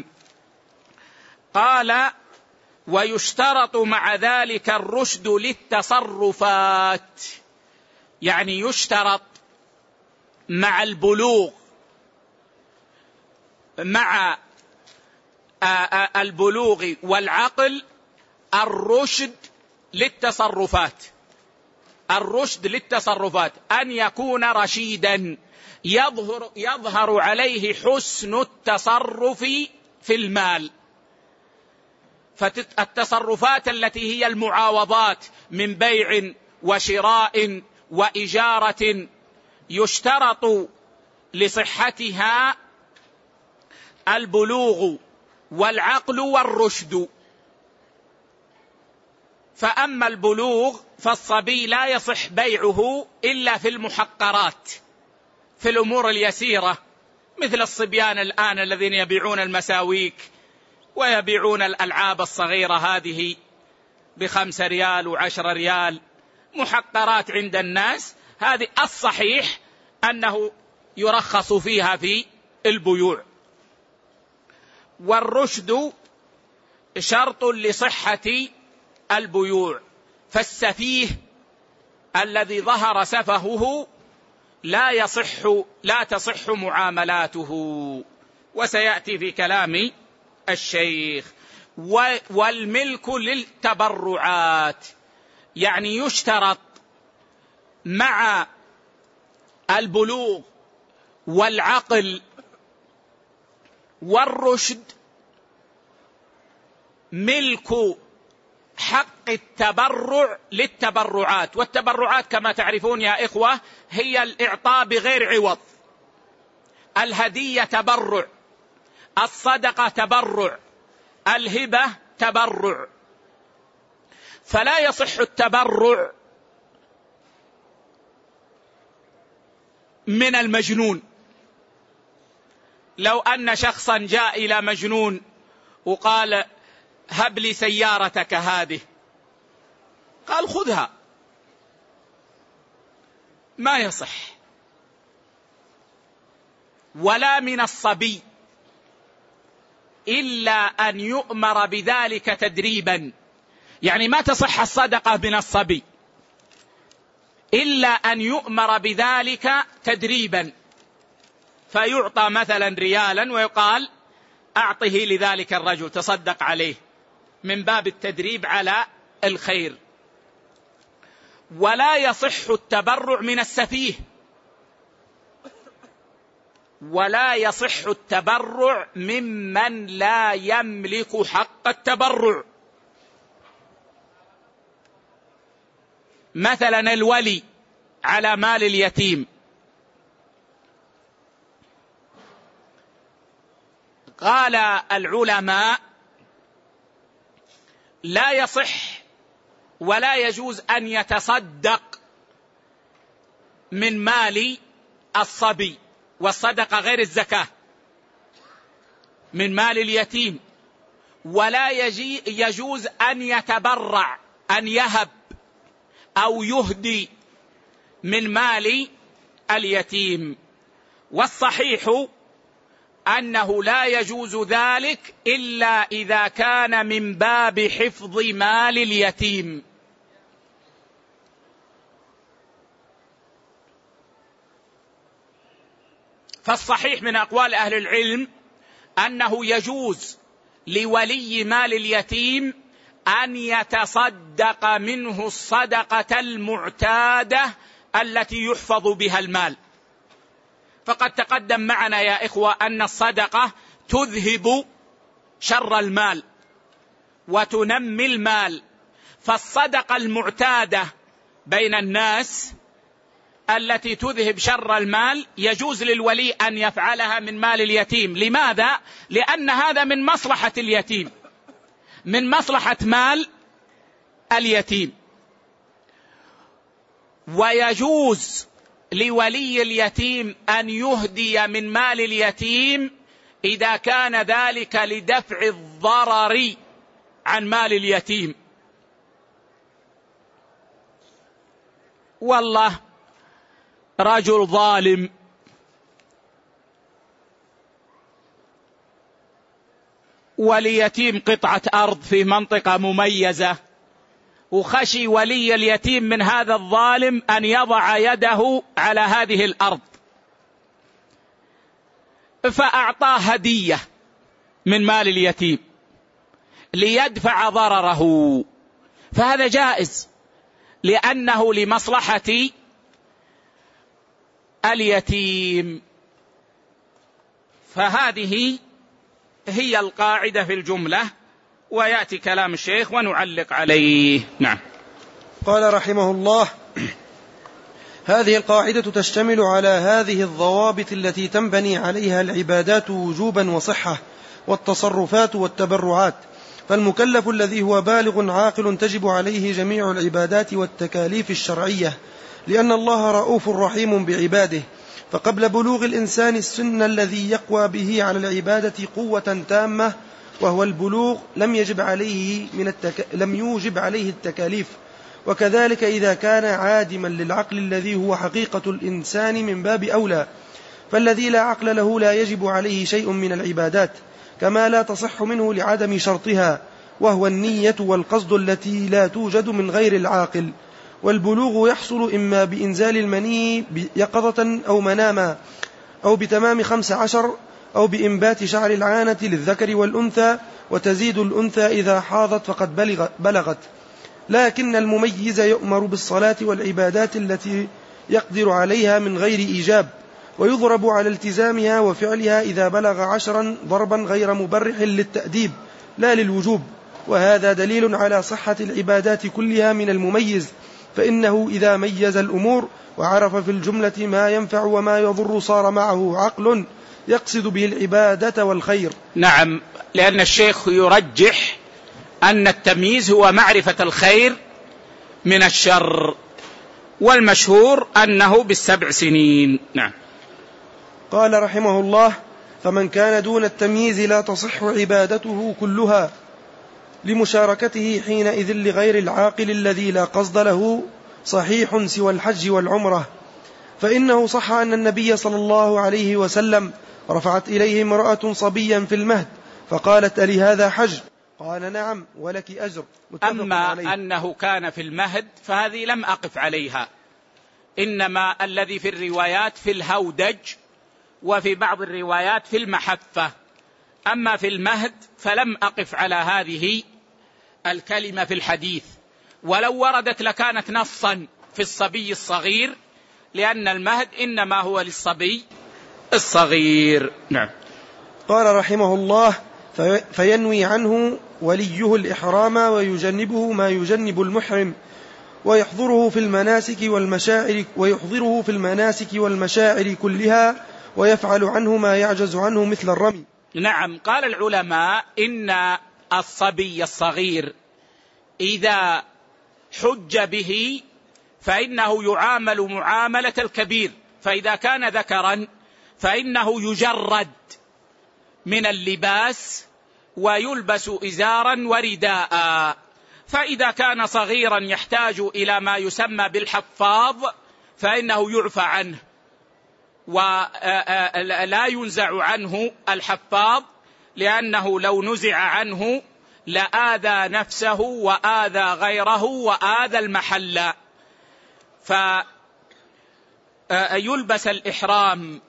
[SPEAKER 1] قال: ويشترط مع ذلك الرشد للتصرفات، يعني يشترط مع البلوغ، مع البلوغ والعقل الرشد للتصرفات. الرشد للتصرفات أن يكون رشيدا يظهر, يظهر عليه حسن التصرف في المال. فالتصرفات التي هي المعاوضات من بيع وشراء وإجارة يشترط لصحتها البلوغ والعقل والرشد. فأما البلوغ فالصبي لا يصح بيعه إلا في المحقرات، في الأمور اليسيرة، مثل الصبيان الآن الذين يبيعون المساويك ويبيعون الألعاب الصغيرة هذه بخمس ريال وعشر ريال، محقرات عند الناس، هذه الصحيح أنه يرخص فيها في البيوع. والرشد شرط لصحة البيوع، فالسفيه الذي ظهر سفهه لا يصح لا تصح معاملاته، وسيأتي في كلام الشيخ. والملك للتبرعات، يعني يشترط مع البلوغ والعقل والرشد ملك حق التبرع للتبرعات. والتبرعات كما تعرفون يا إخوة هي الإعطاء بغير عوض، الهدية تبرع، الصدقة تبرع، الهبة تبرع. فلا يصح التبرع من المجنون. لو أن شخصا جاء إلى مجنون وقال هب لي سيارتك هذه، قال خذها، ما يصح. ولا من الصبي إلا أن يؤمر بذلك تدريبا، يعني ما تصح الصدقة من الصبي إلا أن يؤمر بذلك تدريبا، فيعطى مثلا ريالا ويقال أعطه لذلك الرجل تصدق عليه، من باب التدريب على الخير. ولا يصح التبرع من السفيه، ولا يصح التبرع ممن لا يملك حق التبرع، مثلا الولي على مال اليتيم. قال العلماء لا يصح ولا يجوز أن يتصدق من مال الصبي، والصدقة غير الزكاة، من مال اليتيم. ولا يجوز أن يتبرع، أن يهب أو يهدي من مال اليتيم. والصحيح أنه لا يجوز ذلك إلا إذا كان من باب حفظ مال اليتيم. فالصحيح من أقوال أهل العلم أنه يجوز لولي مال اليتيم أن يتصدق منه الصدقة المعتادة التي يحفظ بها المال. فقد تقدم معنا يا إخوة أن الصدقة تذهب شر المال وتنمي المال. فالصدقة المعتادة بين الناس التي تذهب شر المال يجوز للولي أن يفعلها من مال اليتيم. لماذا؟ لأن هذا من مصلحة اليتيم، من مصلحة مال اليتيم. ويجوز لولي اليتيم أن يهدي من مال اليتيم إذا كان ذلك لدفع الضرر عن مال اليتيم. والله رجل ظالم وليتيم قطعة أرض في منطقة مميزة، وخشي ولي اليتيم من هذا الظالم أن يضع يده على هذه الأرض، فأعطاه هدية من مال اليتيم ليدفع ضرره، فهذا جائز لأنه لمصلحة اليتيم. فهذه هي القاعدة في الجملة، ويأتي كلام الشيخ ونعلق عليه. نعم.
[SPEAKER 2] قال رحمه الله: هذه القاعدة تشتمل على هذه الضوابط التي تنبني عليها العبادات وجوبا وصحة والتصرفات والتبرعات. فالمكلف الذي هو بالغ عاقل تجب عليه جميع العبادات والتكاليف الشرعية، لأن الله رؤوف رحيم بعباده. فقبل بلوغ الإنسان السن الذي يقوى به على العبادة قوة تامة وهو البلوغ لم يجب عليه, من التك... لم يوجب عليه التكاليف. وكذلك إذا كان عادما للعقل الذي هو حقيقة الإنسان من باب أولى، فالذي لا عقل له لا يجب عليه شيء من العبادات، كما لا تصح منه لعدم شرطها، وهو النية والقصد التي لا توجد من غير العاقل. والبلوغ يحصل إما بإنزال المني يقظة أو مناما، أو بتمام خمس عشر، أو بإنبات شعر العانة للذكر والأنثى، وتزيد الأنثى إذا حاضت فقد بلغت. لكن المميز يؤمر بالصلاة والعبادات التي يقدر عليها من غير إيجاب، ويضرب على التزامها وفعلها إذا بلغ عشرا ضربا غير مبرح للتأديب لا للوجوب. وهذا دليل على صحة العبادات كلها من المميز، فإنه إذا ميز الأمور وعرف في الجملة ما ينفع وما يضر صار معه عقل يقصد به العبادة والخير.
[SPEAKER 1] نعم، لأن الشيخ يرجح أن التمييز هو معرفة الخير من الشر، والمشهور أنه بالسبع سنين. نعم.
[SPEAKER 2] قال رحمه الله: فمن كان دون التمييز لا تصح عبادته كلها، لمشاركته حينئذ لغير العاقل الذي لا قصد له صحيح سوى الحج والعمرة. فإنه صح أن النبي صلى الله عليه وسلم رفعت إليه امرأة صبيا في المهد فقالت: ألي هذا حج؟ قال: نعم ولك أجر.
[SPEAKER 1] أما عليه. أنه كان في المهد فهذه لم أقف عليها، إنما الذي في الروايات في الهودج، وفي بعض الروايات في المحفة. أما في المهد فلم أقف على هذه الكلمة في الحديث، ولو وردت لكانت نصا في الصبي الصغير، لأن المهد إنما هو للصبي الصغير. نعم.
[SPEAKER 2] قال رحمه الله: فينوي عنه وليه الإحرام ويجنبه ما يجنب المحرم، ويحضره في المناسك والمشاعر ويحضره في المناسك والمشاعر كلها، ويفعل عنه ما يعجز عنه مثل الرمي.
[SPEAKER 1] نعم. قال العلماء إن الصبي الصغير إذا حج به فإنه يعامل معاملة الكبير، فإذا كان ذكرا فإنه يجرد من اللباس ويلبس إزارا ورداء، فإذا كان صغيرا يحتاج إلى ما يسمى بالحفاظ فإنه يعفى عنه ولا ينزع عنه الحفاظ، لأنه لو نزع عنه لآذى نفسه وآذى غيره وآذى المحل. فيلبس الإحرام،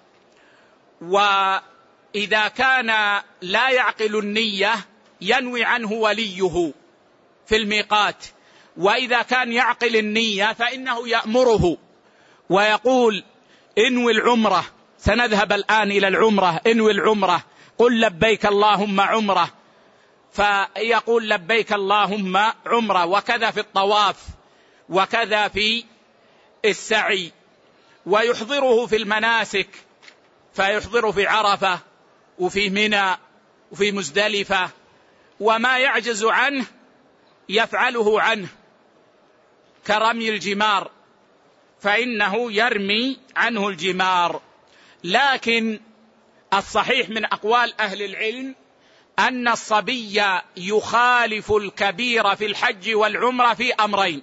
[SPEAKER 1] وإذا كان لا يعقل النية ينوي عنه وليه في الميقات، وإذا كان يعقل النية فإنه يأمره ويقول: انوي العمرة، سنذهب الآن إلى العمرة، انوي العمرة، قل لبيك اللهم عمرة، فيقول لبيك اللهم عمرة. وكذا في الطواف، وكذا في السعي. ويحضره في المناسك، فيحضره في عرفة وفي منى وفي مزدلفة، وما يعجز عنه يفعله عنه كرمي الجمار، فإنه يرمي عنه الجمار. لكن الصحيح من أقوال أهل العلم أن الصبي يخالف الكبير في الحج والعمرة في أمرين.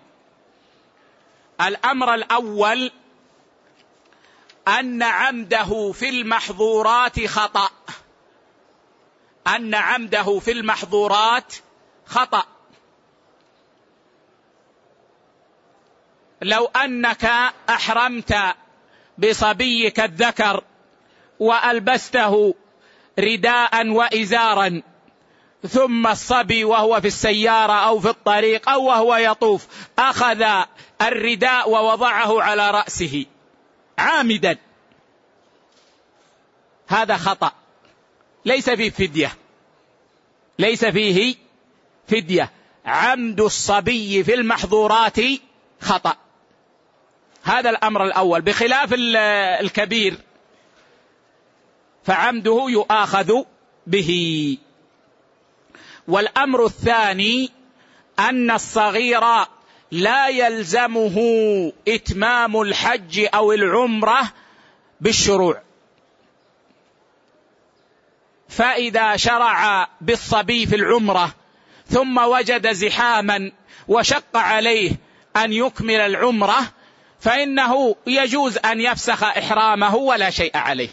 [SPEAKER 1] الأمر الأول أن عمده في المحظورات خطأ، أن عمده في المحظورات خطأ. لو أنك أحرمت بصبيك الذكر وألبسته رداء وإزارا، ثم الصبي وهو في السيارة أو في الطريق أو وهو يطوف أخذ الرداء ووضعه على رأسه عامدا، هذا خطأ، ليس فيه فدية، ليس فيه فدية. عمد الصبي في المحظورات خطأ. هذا الأمر الأول، بخلاف الكبير فعمده يؤاخذ به. والأمر الثاني أن الصغير لا يلزمه إتمام الحج أو العمرة بالشروع، فإذا شرع بالصبي في العمرة ثم وجد زحاما وشق عليه أن يكمل العمرة فإنه يجوز أن يفسخ إحرامه ولا شيء عليه،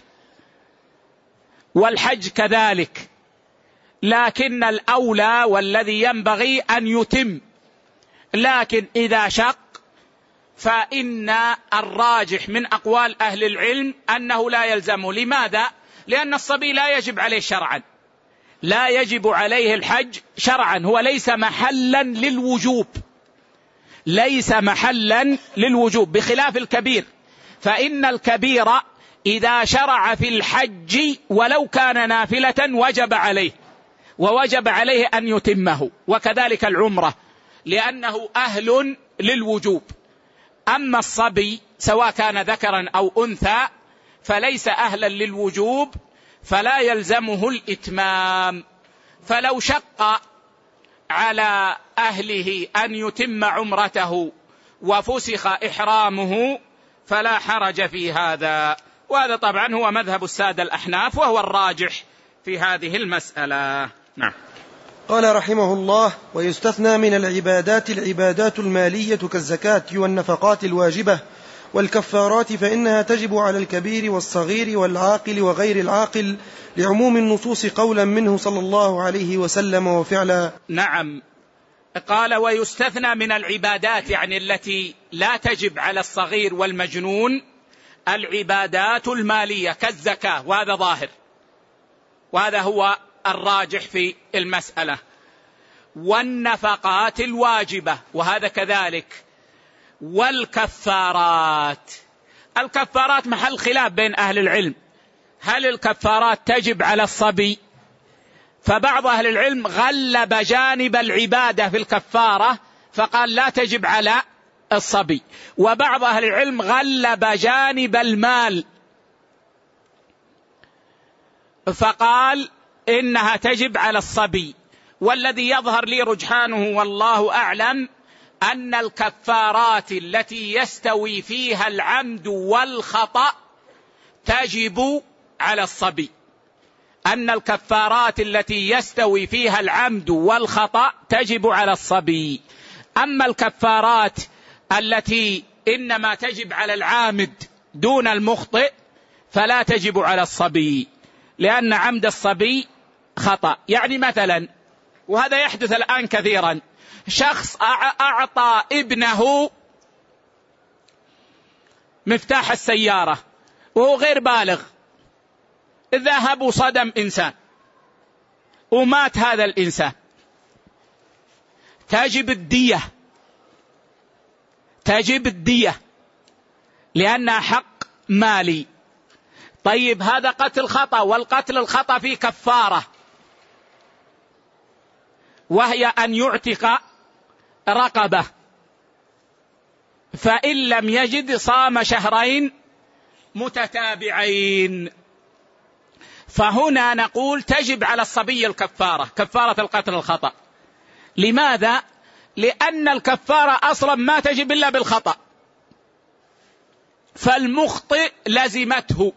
[SPEAKER 1] والحج كذلك. لكن الأولى والذي ينبغي أن يتم، لكن إذا شق فإن الراجح من أقوال أهل العلم أنه لا يلزمه. لماذا؟ لأن الصبي لا يجب عليه شرعا، لا يجب عليه الحج شرعا، هو ليس محلا للوجوب، ليس محلا للوجوب، بخلاف الكبير. فإن الكبير إذا شرع في الحج ولو كان نافلة وجب عليه، ووجب عليه أن يتمه، وكذلك العمرة لأنه أهل للوجوب. أما الصبي سواء كان ذكرا أو أنثى فليس أهلا للوجوب، فلا يلزمه الإتمام. فلو شق على أهله أن يتم عمرته وفسخ إحرامه فلا حرج في هذا. وهذا طبعا هو مذهب السادة الأحناف وهو الراجح في هذه المسألة. نعم.
[SPEAKER 2] قال رحمه الله: ويستثنى من العبادات العبادات المالية كالزكاة والنفقات الواجبة والكفارات، فإنها تجب على الكبير والصغير والعاقل وغير العاقل لعموم النصوص قولا منه صلى الله عليه وسلم وفعلا.
[SPEAKER 1] نعم. قال ويستثنى من العبادات، يعني التي لا تجب على الصغير والمجنون، العبادات المالية كالزكاة، وهذا ظاهر، وهذا هو الراجح في المسألة، والنفقات الواجبة، وهذا كذلك، والكفارات. الكفارات محل خلاف بين أهل العلم، هل الكفارات تجب على الصبي؟ فبعض أهل العلم غلب جانب العبادة في الكفارة فقال لا تجب على الصبي، وبعض أهل العلم غلب جانب المال فقال إنها تجب على الصبي. والذي يظهر لي رجحانه والله أعلم أن الكفارات التي يستوي فيها العمد والخطأ تجب على الصبي، أن الكفارات التي يستوي فيها العمد والخطأ تجب على الصبي. أما الكفارات التي إنما تجب على العامد دون المخطئ فلا تجب على الصبي، لأن عمد الصبي خطأ. يعني مثلا، وهذا يحدث الآن كثيرا، شخص أعطى ابنه مفتاح السيارة وهو غير بالغ، ذهب وصدم إنسان ومات هذا الإنسان، تجب الدية، تجب الدية لأنها حق مالي. طيب هذا قتل خطأ، والقتل الخطأ فيه كفارة، وهي أن يعتق رقبة، فإن لم يجد صام شهرين متتابعين. فهنا نقول تجب على الصبي الكفارة، كفارة القتل الخطأ. لماذا؟ لأن الكفارة أصلا ما تجب إلا بالخطأ، فالمخطئ لزمته،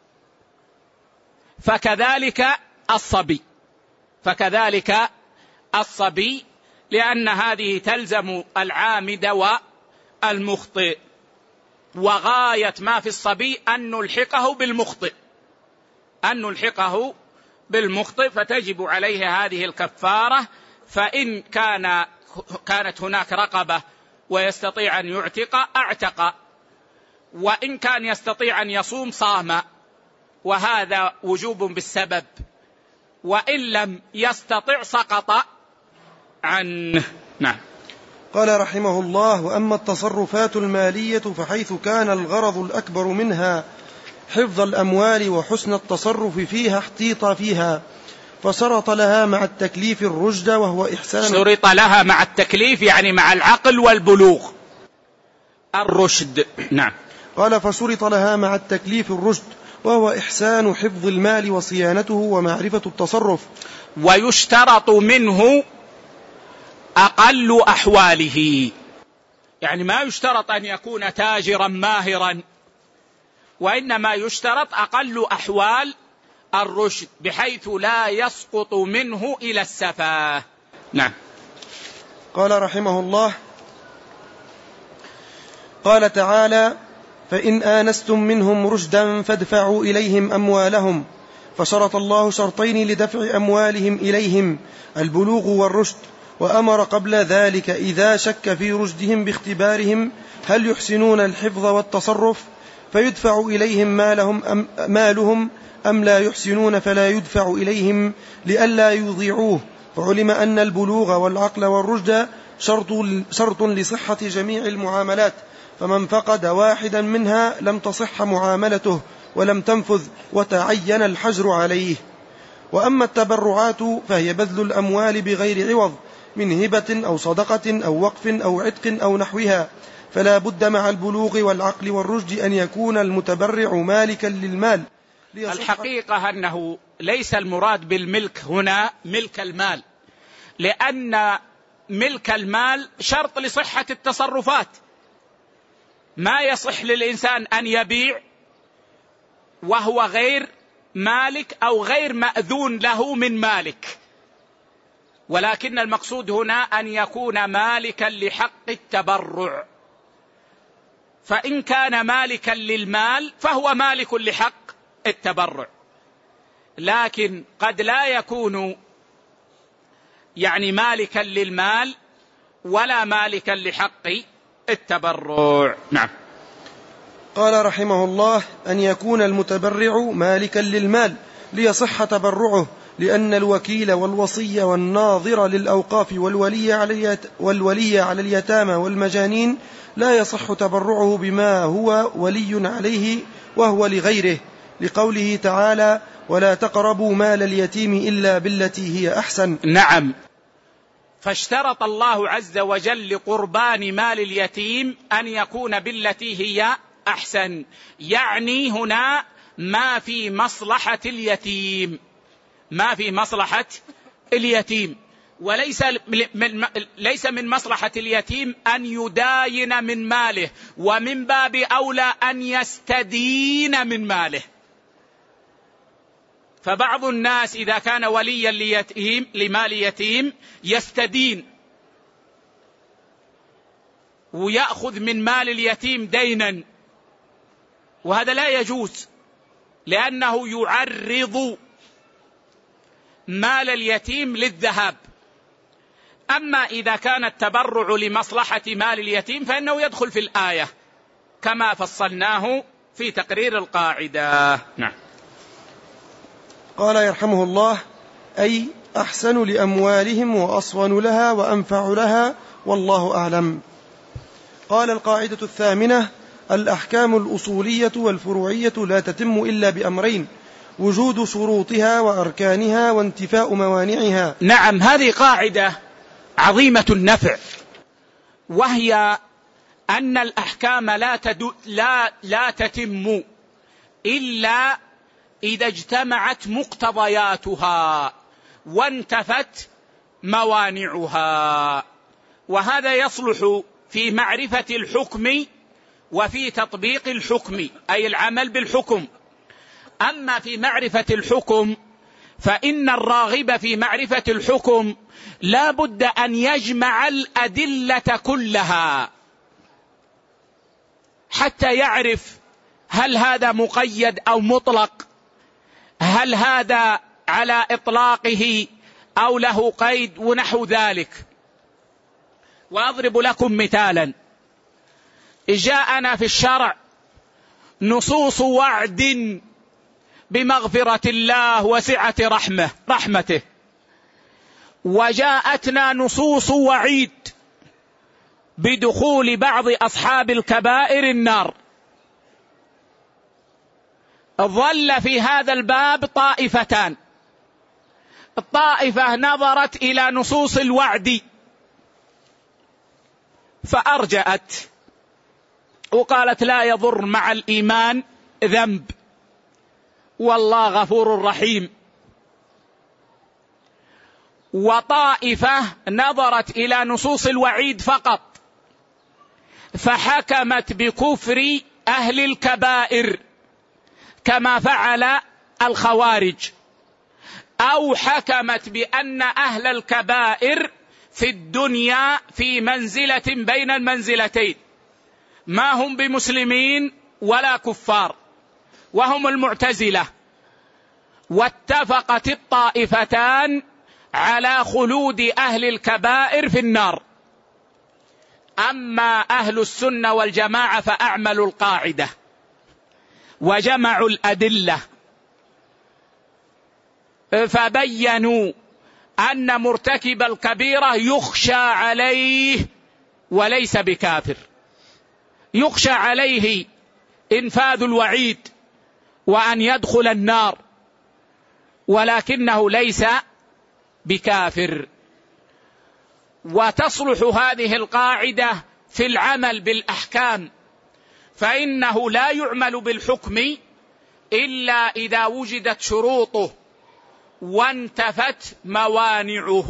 [SPEAKER 1] فكذلك الصبي، فكذلك الصبي، لأن هذه تلزم العامد والمخطئ، وغاية ما في الصبي أن نلحقه بالمخطئ، أن نلحقه بالمخطئ، فتجب عليه هذه الكفارة. فإن كان كانت هناك رقبة ويستطيع أن يعتق أعتق، وإن كان يستطيع أن يصوم صام، وهذا وجوب بالسبب، وإن لم يستطع سقط عنه. نعم.
[SPEAKER 2] قال رحمه الله: وأما التصرفات المالية فحيث كان الغرض الأكبر منها حفظ الأموال وحسن التصرف فيها احتيط فيها، فشرط لها مع التكليف الرشد وهو إحسان.
[SPEAKER 1] شرط لها مع التكليف يعني مع العقل والبلوغ الرشد. نعم.
[SPEAKER 2] قال فشرط لها مع التكليف الرشد وهو إحسان حفظ المال وصيانته ومعرفة التصرف.
[SPEAKER 1] ويشترط منه أقل أحواله، يعني ما يشترط أن يكون تاجرا ماهرا، وإنما يشترط أقل أحوال الرشد بحيث لا يسقط منه إلى السفاه. نعم.
[SPEAKER 2] قال رحمه الله: قال تعالى: فإن آنستم منهم رشدا فادفعوا إليهم أموالهم. فشرط الله شرطين لدفع أموالهم إليهم: البلوغ والرشد، وأمر قبل ذلك إذا شك في رشدهم باختبارهم هل يحسنون الحفظ والتصرف فيدفع إليهم مالهم أم, مالهم أم لا يحسنون فلا يدفع إليهم لئلا يضيعوه. فعلم أن البلوغ والعقل والرشد شرط, شرط لصحة جميع المعاملات، فمن فقد واحدا منها لم تصح معاملته ولم تنفذ وتعين الحجر عليه. وأما التبرعات فهي بذل الأموال بغير عوض من هبة أو صدقة أو وقف أو عتق أو نحوها، فلا بد مع البلوغ والعقل والرشد أن يكون المتبرع مالكا للمال.
[SPEAKER 1] الحقيقة أنه ليس المراد بالملك هنا ملك المال، لأن ملك المال شرط لصحة التصرفات. ما يصح للإنسان أن يبيع وهو غير مالك أو غير مأذون له من مالك، ولكن المقصود هنا أن يكون مالكا لحق التبرع. فإن كان مالكا للمال فهو مالك لحق التبرع، لكن قد لا يكون يعني مالكا للمال ولا مالكا لحق التبرع. نعم.
[SPEAKER 2] قال رحمه الله: أن يكون المتبرع مالكا للمال ليصح تبرعه، لأن الوكيل والوصي والناظر للأوقاف والولي على والولي على اليتامى والمجانين لا يصح تبرعه بما هو ولي عليه وهو لغيره، لقوله تعالى: ولا تقربوا مال اليتيم إلا بالتي هي أحسن.
[SPEAKER 1] نعم. فاشترط الله عز وجل لقربان مال اليتيم أن يكون بالتي هي أحسن، يعني هنا ما في مصلحة اليتيم، ما في مصلحة اليتيم، وليس من ليس من مصلحة اليتيم أن يداين من ماله، ومن باب أولى أن يستدين من ماله. فبعض الناس إذا كان وليا ليتيم لمال يتيم يستدين ويأخذ من مال اليتيم دينا، وهذا لا يجوز، لأنه يعرض مال اليتيم للذهاب. أما إذا كان التبرع لمصلحة مال اليتيم فإنه يدخل في الآية كما فصلناه في تقرير القاعدة. نعم.
[SPEAKER 2] قال يرحمه الله: أي أحسن لأموالهم وأصون لها وأنفع لها، والله أعلم. قال القاعدة الثامنة: الأحكام الأصولية والفروعية لا تتم إلا بأمرين: وجود شروطها وأركانها وانتفاء موانعها.
[SPEAKER 1] نعم، هذه قاعدة عظيمة النفع، وهي أن الأحكام لا, تدو لا, لا تتم إلا إذا اجتمعت مقتضياتها وانتفت موانعها، وهذا يصلح في معرفة الحكم وفي تطبيق الحكم، أي العمل بالحكم. أما في معرفة الحكم فإن الراغب في معرفة الحكم لا بد أن يجمع الأدلة كلها حتى يعرف هل هذا مقيد أو مطلق، هل هذا على إطلاقه أو له قيد ونحو ذلك. وأضرب لكم مثالا: جاءنا في الشرع نصوص وعد بمغفرة الله وسعة رحمه رحمته، وجاءتنا نصوص وعيد بدخول بعض أصحاب الكبائر النار. ظل في هذا الباب طائفتان: الطائفة نظرت إلى نصوص الوعد فأرجأت وقالت لا يضر مع الإيمان ذنب والله غفور رحيم. وطائفة نظرت إلى نصوص الوعيد فقط فحكمت بكفر أهل الكبائر كما فعل الخوارج، أو حكمت بأن أهل الكبائر في الدنيا في منزلة بين المنزلتين، ما هم بمسلمين ولا كفار، وهم المعتزلة. واتفقت الطائفتان على خلود أهل الكبائر في النار. أما أهل السنة والجماعة فأعملوا القاعدة وجمعوا الأدلة فبينوا أن مرتكب الكبيرة يخشى عليه وليس بكافر، يخشى عليه إنفاذ الوعيد وأن يدخل النار ولكنه ليس بكافر. وتصلح هذه القاعدة في العمل بالأحكام، فإنه لا يعمل بالحكم إلا إذا وجدت شروطه وانتفت موانعه.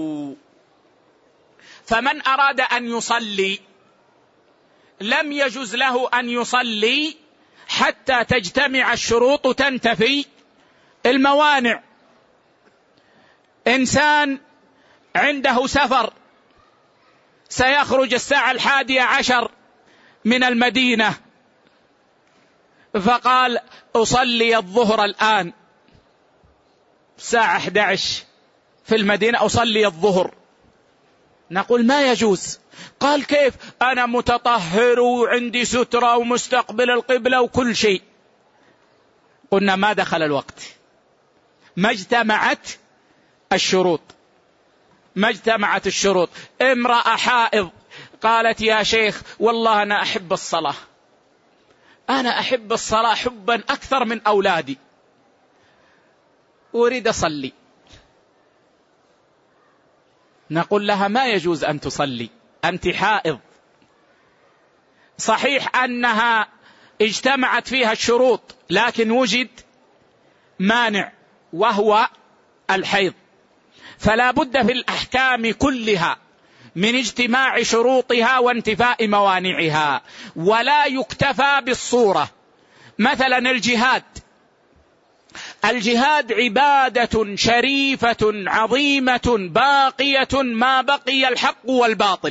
[SPEAKER 1] فمن أراد أن يصلي لم يجز له أن يصلي حتى تجتمع الشروط تنتفي الموانع. إنسان عنده سفر سيخرج الساعة الحادية عشر من المدينة فقال أصلي الظهر الآن الساعة أحد عشر في المدينة أصلي الظهر، نقول ما يجوز. قال كيف؟ أنا متطهر وعندي سترة ومستقبل القبلة وكل شيء. قلنا ما دخل الوقت، ما اجتمعت الشروط، ما اجتمعت الشروط. امرأة حائض قالت يا شيخ والله أنا أحب الصلاة، أنا أحب الصلاة حبا أكثر من أولادي، أريد أصلي. نقول لها ما يجوز أن تصلي، أنت حائض. صحيح أنها اجتمعت فيها الشروط لكن وجد مانع وهو الحيض، فلا بد في الأحكام كلها من اجتماع شروطها وانتفاء موانعها، ولا يكتفى بالصورة. مثلا الجهاد، الجهاد عبادة شريفة عظيمة باقية ما بقي الحق والباطل،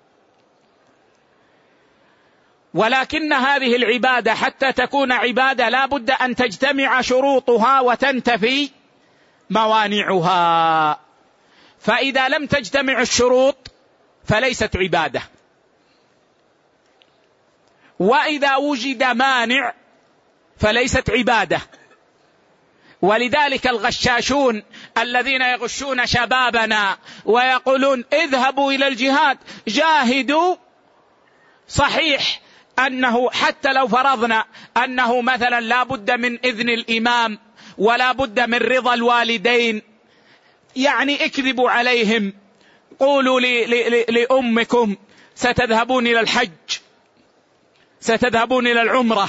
[SPEAKER 1] ولكن هذه العبادة حتى تكون عبادة لا بد أن تجتمع شروطها وتنتفي موانعها، فإذا لم تجتمع الشروط فليست عبادة، وإذا وجد مانع فليست عبادة. ولذلك الغشاشون الذين يغشون شبابنا ويقولون اذهبوا إلى الجهاد جاهدوا، صحيح أنه حتى لو فرضنا أنه مثلا لا بد من إذن الإمام ولا بد من رضا الوالدين، يعني اكذبوا عليهم، قولوا لأمكم ستذهبون إلى الحج، ستذهبون إلى العمرة،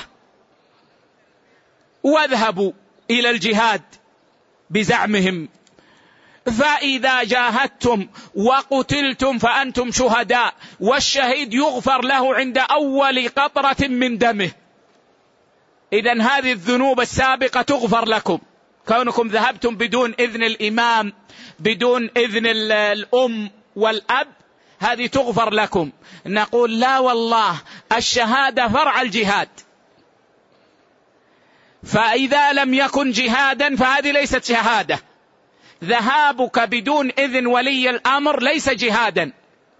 [SPEAKER 1] واذهبوا إلى الجهاد بزعمهم. فإذا جاهدتم وقتلتم فأنتم شهداء، والشهيد يغفر له عند أول قطرة من دمه. إذن هذه الذنوب السابقة تغفر لكم، كونكم ذهبتم بدون إذن الإمام بدون إذن الأم والأب، هذه تغفر لكم. نقول لا والله، الشهادة فرع الجهاد، فإذا لم يكن جهادا فهذه ليست شهادة. ذهابك بدون إذن ولي الأمر ليس جهادا،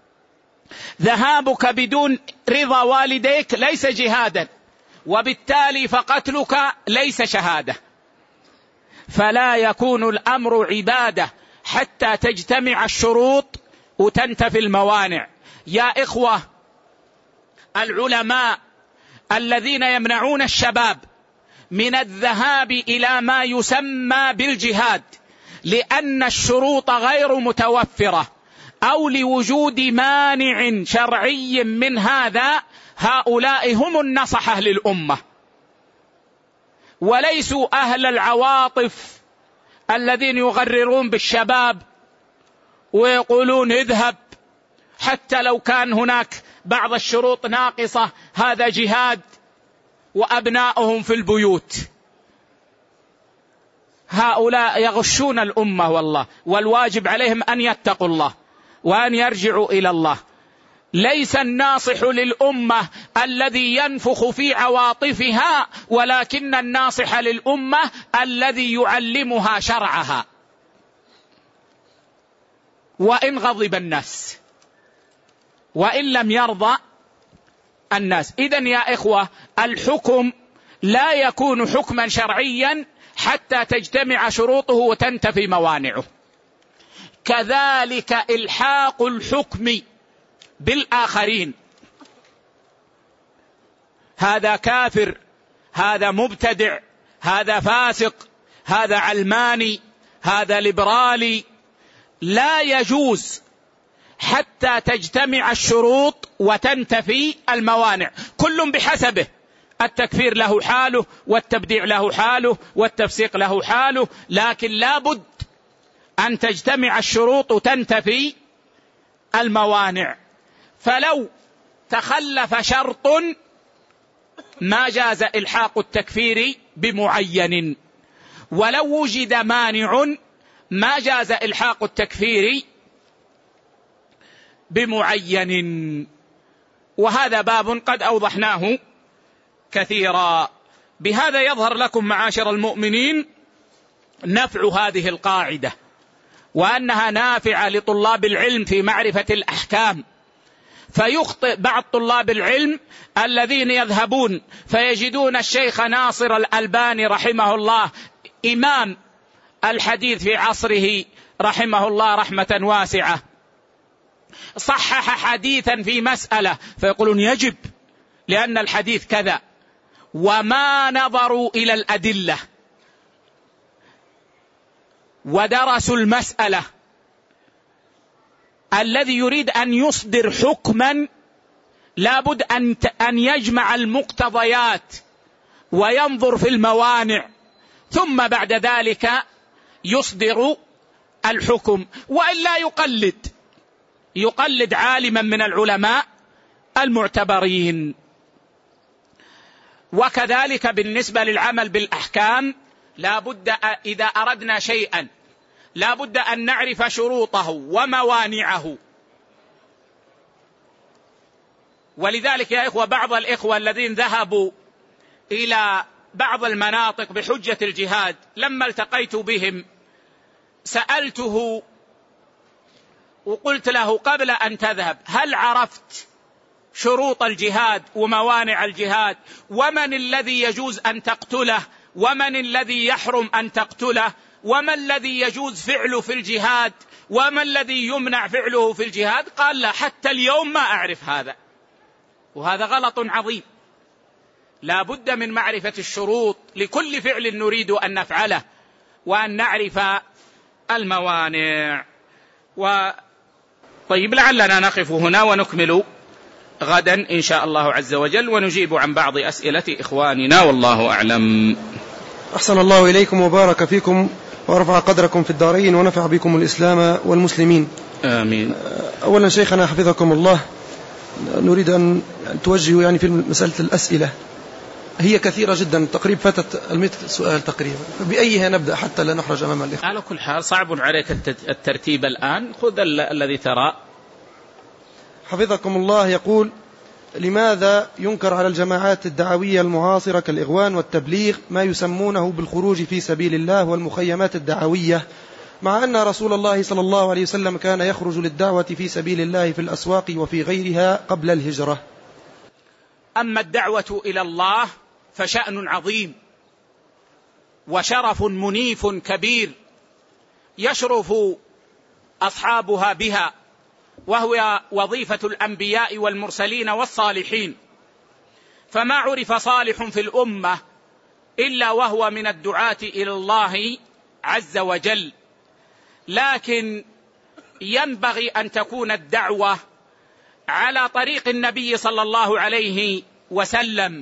[SPEAKER 1] ذهابك بدون رضا والديك ليس جهادا، وبالتالي فقتلك ليس شهادة. فلا يكون الأمر عبادة حتى تجتمع الشروط وتنتفي الموانع. يا إخوة، العلماء الذين يمنعون الشباب من الذهاب إلى ما يسمى بالجهاد لأن الشروط غير متوفرة أو لوجود مانع شرعي من هذا، هؤلاء هم النصحة للأمة، وليسوا أهل العواطف الذين يغررون بالشباب ويقولون اذهب حتى لو كان هناك بعض الشروط ناقصة، هذا جهاد، وأبناؤهم في البيوت. هؤلاء يغشون الأمة والله، والواجب عليهم أن يتقوا الله وأن يرجعوا إلى الله. ليس الناصح للأمة الذي ينفخ في عواطفها، ولكن الناصح للأمة الذي يعلمها شرعها وإن غضب الناس وإن لم يرضى الناس. إذن يا إخوة، الحكم لا يكون حكما شرعيا حتى تجتمع شروطه وتنتفي موانعه. كذلك إلحاق الحكم بالآخرين، هذا كافر، هذا مبتدع، هذا فاسق، هذا علماني، هذا ليبرالي، لا يجوز حتى تجتمع الشروط وتنتفي الموانع، كل بحسبه. التكفير له حاله، والتبديع له حاله، والتفسيق له حاله، لكن لا بد أن تجتمع الشروط وتنتفي الموانع. فلو تخلف شرط ما جاز إلحاق التكفير بمعين، ولو وجد مانع ما جاز إلحاق التكفير بمعين. وهذا باب قد أوضحناه كثيرا. بهذا يظهر لكم معاشر المؤمنين نفع هذه القاعدة، وأنها نافعة لطلاب العلم في معرفة الأحكام. فيخطئ بعض طلاب العلم الذين يذهبون فيجدون الشيخ ناصر الألباني رحمه الله إمام الحديث في عصره رحمه الله رحمة واسعة، صحح حديثا في مسألة فيقولون يجب لأن الحديث كذا، وما نظروا إلى الأدلة ودرسوا المسألة. الذي يريد أن يصدر حكما لابد أن أن يجمع المقتضيات وينظر في الموانع، ثم بعد ذلك يصدر الحكم، وإلا يقلد يقلد عالما من العلماء المعتبرين. وكذلك بالنسبة للعمل بالأحكام، لا بد إذا أردنا شيئا لا بد أن نعرف شروطه وموانعه. ولذلك يا إخوة، بعض الإخوة الذين ذهبوا إلى بعض المناطق بحجة الجهاد، لما التقيت بهم سألته وقلت له قبل أن تذهب هل عرفت شروط الجهاد وموانع الجهاد، ومن الذي يجوز أن تقتله ومن الذي يحرم أن تقتله، وما الذي يجوز فعله في الجهاد وما الذي يمنع فعله في الجهاد؟ قال لا، حتى اليوم ما أعرف هذا. وهذا غلط عظيم. لا بد من معرفة الشروط لكل فعل نريد أن نفعله، وأن نعرف الموانع. و... طيب، لعلنا نقف هنا ونكمل غدا إن شاء الله عز وجل، ونجيب عن بعض أسئلة إخواننا، والله أعلم.
[SPEAKER 2] أحسن الله إليكم وبارك فيكم ورفع قدركم في الدارين ونفع بكم الإسلام والمسلمين، آمين. أولا شيخنا حفظكم الله، نريد أن توجهوا يعني في مسألة الأسئلة، هي كثيرة جدا، تقريبا فاتت المئة سؤال تقريبا، فبأيها نبدأ حتى لا نحرج أمام الإخوة؟
[SPEAKER 1] على كل حال صعب عليك الترتيب الآن، خذ الذي ترى.
[SPEAKER 2] حفظكم الله يقول: لماذا ينكر على الجماعات الدعوية المعاصرة كالإغوان والتبليغ ما يسمونه بالخروج في سبيل الله والمخيمات الدعوية، مع أن رسول الله صلى الله عليه وسلم كان يخرج للدعوة في سبيل الله في الأسواق وفي غيرها قبل الهجرة؟
[SPEAKER 1] أما الدعوة إلى الله فشأن عظيم وشرف منيف كبير يشرف أصحابها بها، وهو وظيفة الأنبياء والمرسلين والصالحين. فما عرف صالح في الأمة إلا وهو من الدعاة إلى الله عز وجل، لكن ينبغي أن تكون الدعوة على طريق النبي صلى الله عليه وسلم.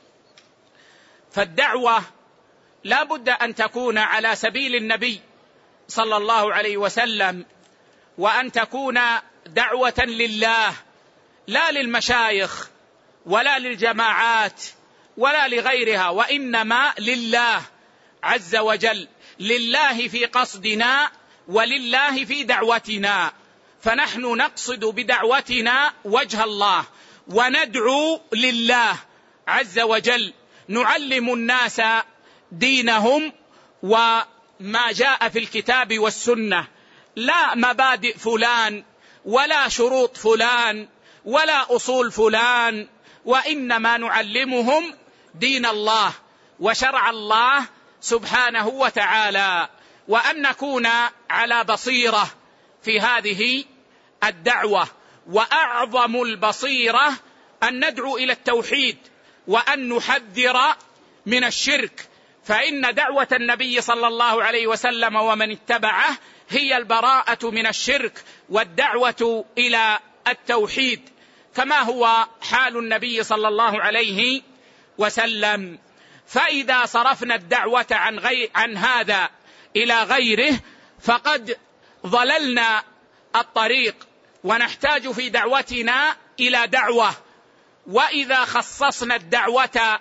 [SPEAKER 1] فالدعوة لا بد أن تكون على سبيل النبي صلى الله عليه وسلم، وأن تكون دعوة لله لا للمشايخ ولا للجماعات ولا لغيرها، وإنما لله عز وجل، لله في قصدنا ولله في دعوتنا. فنحن نقصد بدعوتنا وجه الله وندعو لله عز وجل، نعلم الناس دينهم وما جاء في الكتاب والسنة، لا مبادئ فلان ولا شروط فلان ولا أصول فلان، وإنما نعلمهم دين الله وشرع الله سبحانه وتعالى، وأن نكون على بصيرة في هذه الدعوة. وأعظم البصيرة أن ندعو إلى التوحيد وأن نحذر من الشرك، فإن دعوة النبي صلى الله عليه وسلم ومن اتبعه هي البراءة من الشرك والدعوة إلى التوحيد، كما هو حال النبي صلى الله عليه وسلم. فإذا صرفنا الدعوة عن, غير عن هذا إلى غيره فقد ضللنا الطريق، ونحتاج في دعوتنا إلى دعوة. وإذا خصصنا الدعوة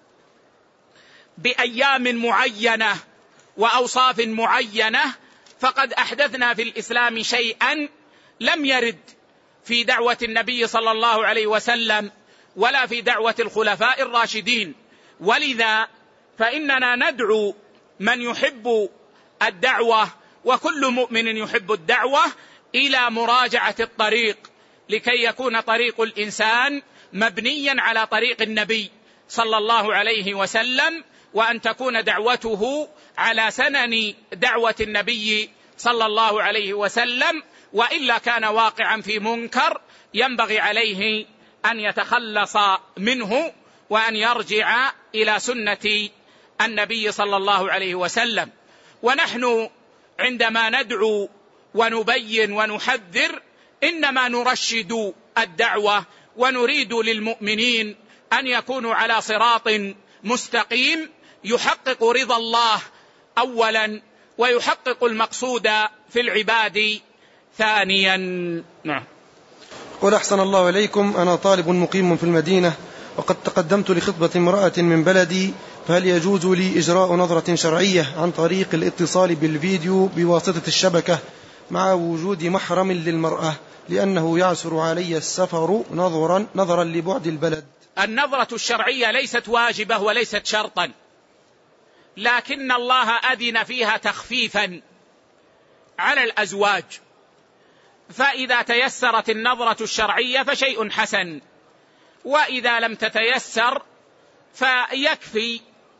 [SPEAKER 1] بأيام معينة وأوصاف معينة فقد أحدثنا في الإسلام شيئا لم يرد في دعوة النبي صلى الله عليه وسلم ولا في دعوة الخلفاء الراشدين. ولذا فإننا ندعو من يحب الدعوة وكل مؤمن يحب الدعوة إلى مراجعة الطريق، لكي يكون طريق الإنسان مبنيا على طريق النبي صلى الله عليه وسلم، وأن تكون دعوته على سنن دعوة النبي صلى الله عليه وسلم، وإلا كان واقعا في منكر ينبغي عليه أن يتخلص منه وأن يرجع إلى سنة النبي صلى الله عليه وسلم. ونحن عندما ندعو ونبين ونحذر إنما نرشد الدعوة، ونريد للمؤمنين أن يكونوا على صراط مستقيم يحقق رضا الله أولا ويحقق المقصود في العباد ثانيا. نعم.
[SPEAKER 2] قل أحسن الله إليكم، أنا طالب مقيم في المدينة وقد تقدمت لخطبة امرأة من بلدي، فهل يجوز لي إجراء نظرة شرعية عن طريق الاتصال بالفيديو بواسطة الشبكة مع وجود محرم للمرأة، لأنه يعسر علي السفر نظرا, نظرا لبعد البلد؟
[SPEAKER 1] النظرة الشرعية ليست واجبة وليست شرطا، لكن الله أذن فيها تخفيفا على الأزواج، فإذا تيسرت النظرة الشرعية فشيء حسن، وإذا لم تتيسر فيكفي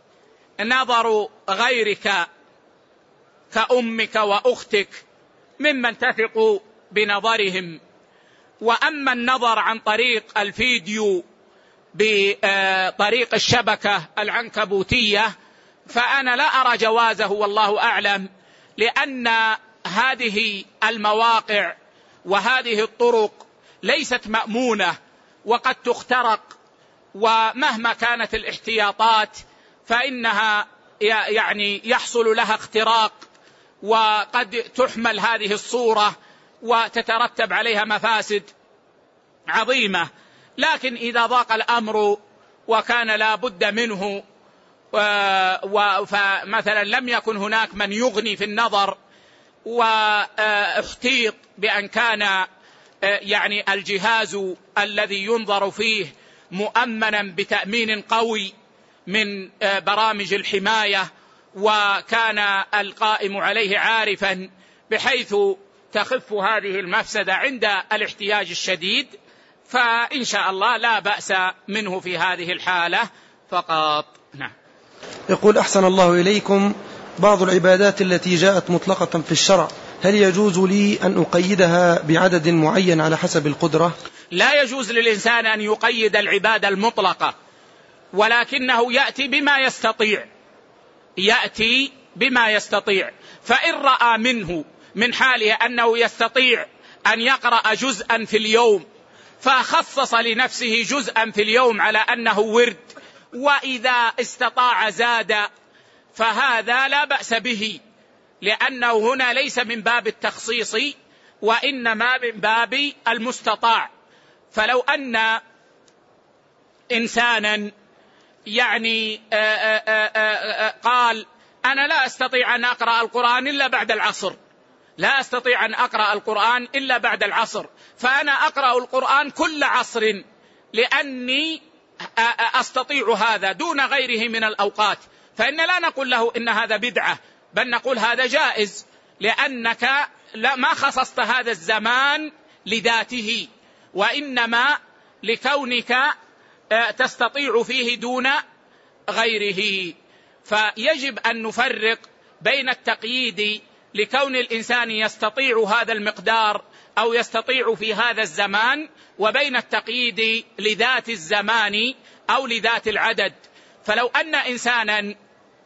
[SPEAKER 1] نظر غيرك كأمك وأختك ممن تثق بنظرهم. وأما النظر عن طريق الفيديو بطريق الشبكة العنكبوتية فأنا لا أرى جوازه والله أعلم، لأن هذه المواقع وهذه الطرق ليست مأمونة وقد تخترق، ومهما كانت الاحتياطات فإنها يعني يحصل لها اختراق، وقد تحمل هذه الصورة وتترتب عليها مفاسد عظيمة. لكن إذا ضاق الأمر وكان لا بد منه، فمثلا لم يكن هناك من يغني في النظر واحتيط بأن كان يعني الجهاز الذي ينظر فيه مؤمنا بتأمين قوي من برامج الحماية، وكان القائم عليه عارفا بحيث تخف هذه المفسدة عند الاحتياج الشديد، فإن شاء الله لا بأس منه في هذه الحالة فقط. نعم.
[SPEAKER 2] يقول أحسن الله إليكم، بعض العبادات التي جاءت مطلقة في الشرع هل يجوز لي أن أقيدها بعدد معين على حسب القدرة؟
[SPEAKER 1] لا يجوز للإنسان أن يقيد العبادة المطلقة، ولكنه يأتي بما يستطيع يأتي بما يستطيع فإن رأى منه من حاله أنه يستطيع أن يقرأ جزءا في اليوم فخصص لنفسه جزءا في اليوم على أنه ورد، وإذا استطاع زاد، فهذا لا بأس به، لأنه هنا ليس من باب التخصيص وإنما من باب المستطاع. فلو أن إنسانا يعني آآ آآ قال أنا لا أستطيع أن أقرأ القرآن إلا بعد العصر، لا أستطيع أن أقرأ القرآن إلا بعد العصر، فأنا أقرأ القرآن كل عصر لأني أستطيع هذا دون غيره من الأوقات، فإن لا نقول له إن هذا بدعة، بل نقول هذا جائز، لأنك لا ما خصصت هذا الزمان لذاته، وإنما لكونك تستطيع فيه دون غيره. فيجب أن نفرق بين التقييد لكون الإنسان يستطيع هذا المقدار أو يستطيع في هذا الزمان، وبين التقييد لذات الزمان أو لذات العدد. فلو أن إنسانا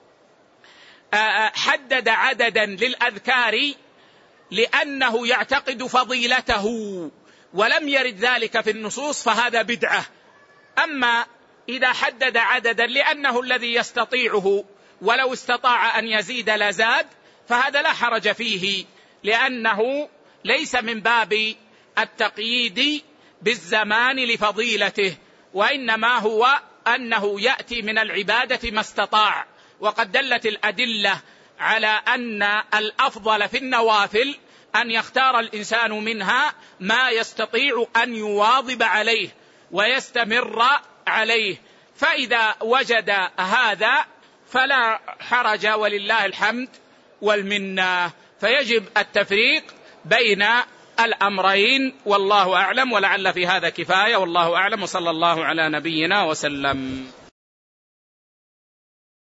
[SPEAKER 1] حدد عددا للأذكار لأنه يعتقد فضيلته ولم يرد ذلك في النصوص فهذا بدعة. أما إذا حدد عددا لأنه الذي يستطيعه ولو استطاع أن يزيد لزاد فهذا لا حرج فيه، لأنه ليس من باب التقييد بالزمان لفضيلته، وإنما هو أنه يأتي من العبادة ما استطاع. وقد دلت الأدلة على أن الأفضل في النوافل أن يختار الإنسان منها ما يستطيع أن يواظب عليه ويستمر عليه، فإذا وجد هذا فلا حرج ولله الحمد والمنة. فيجب التفريق بين الأمرين، والله أعلم، ولعل في هذا كفاية، والله أعلم، وصلى الله على نبينا وسلم.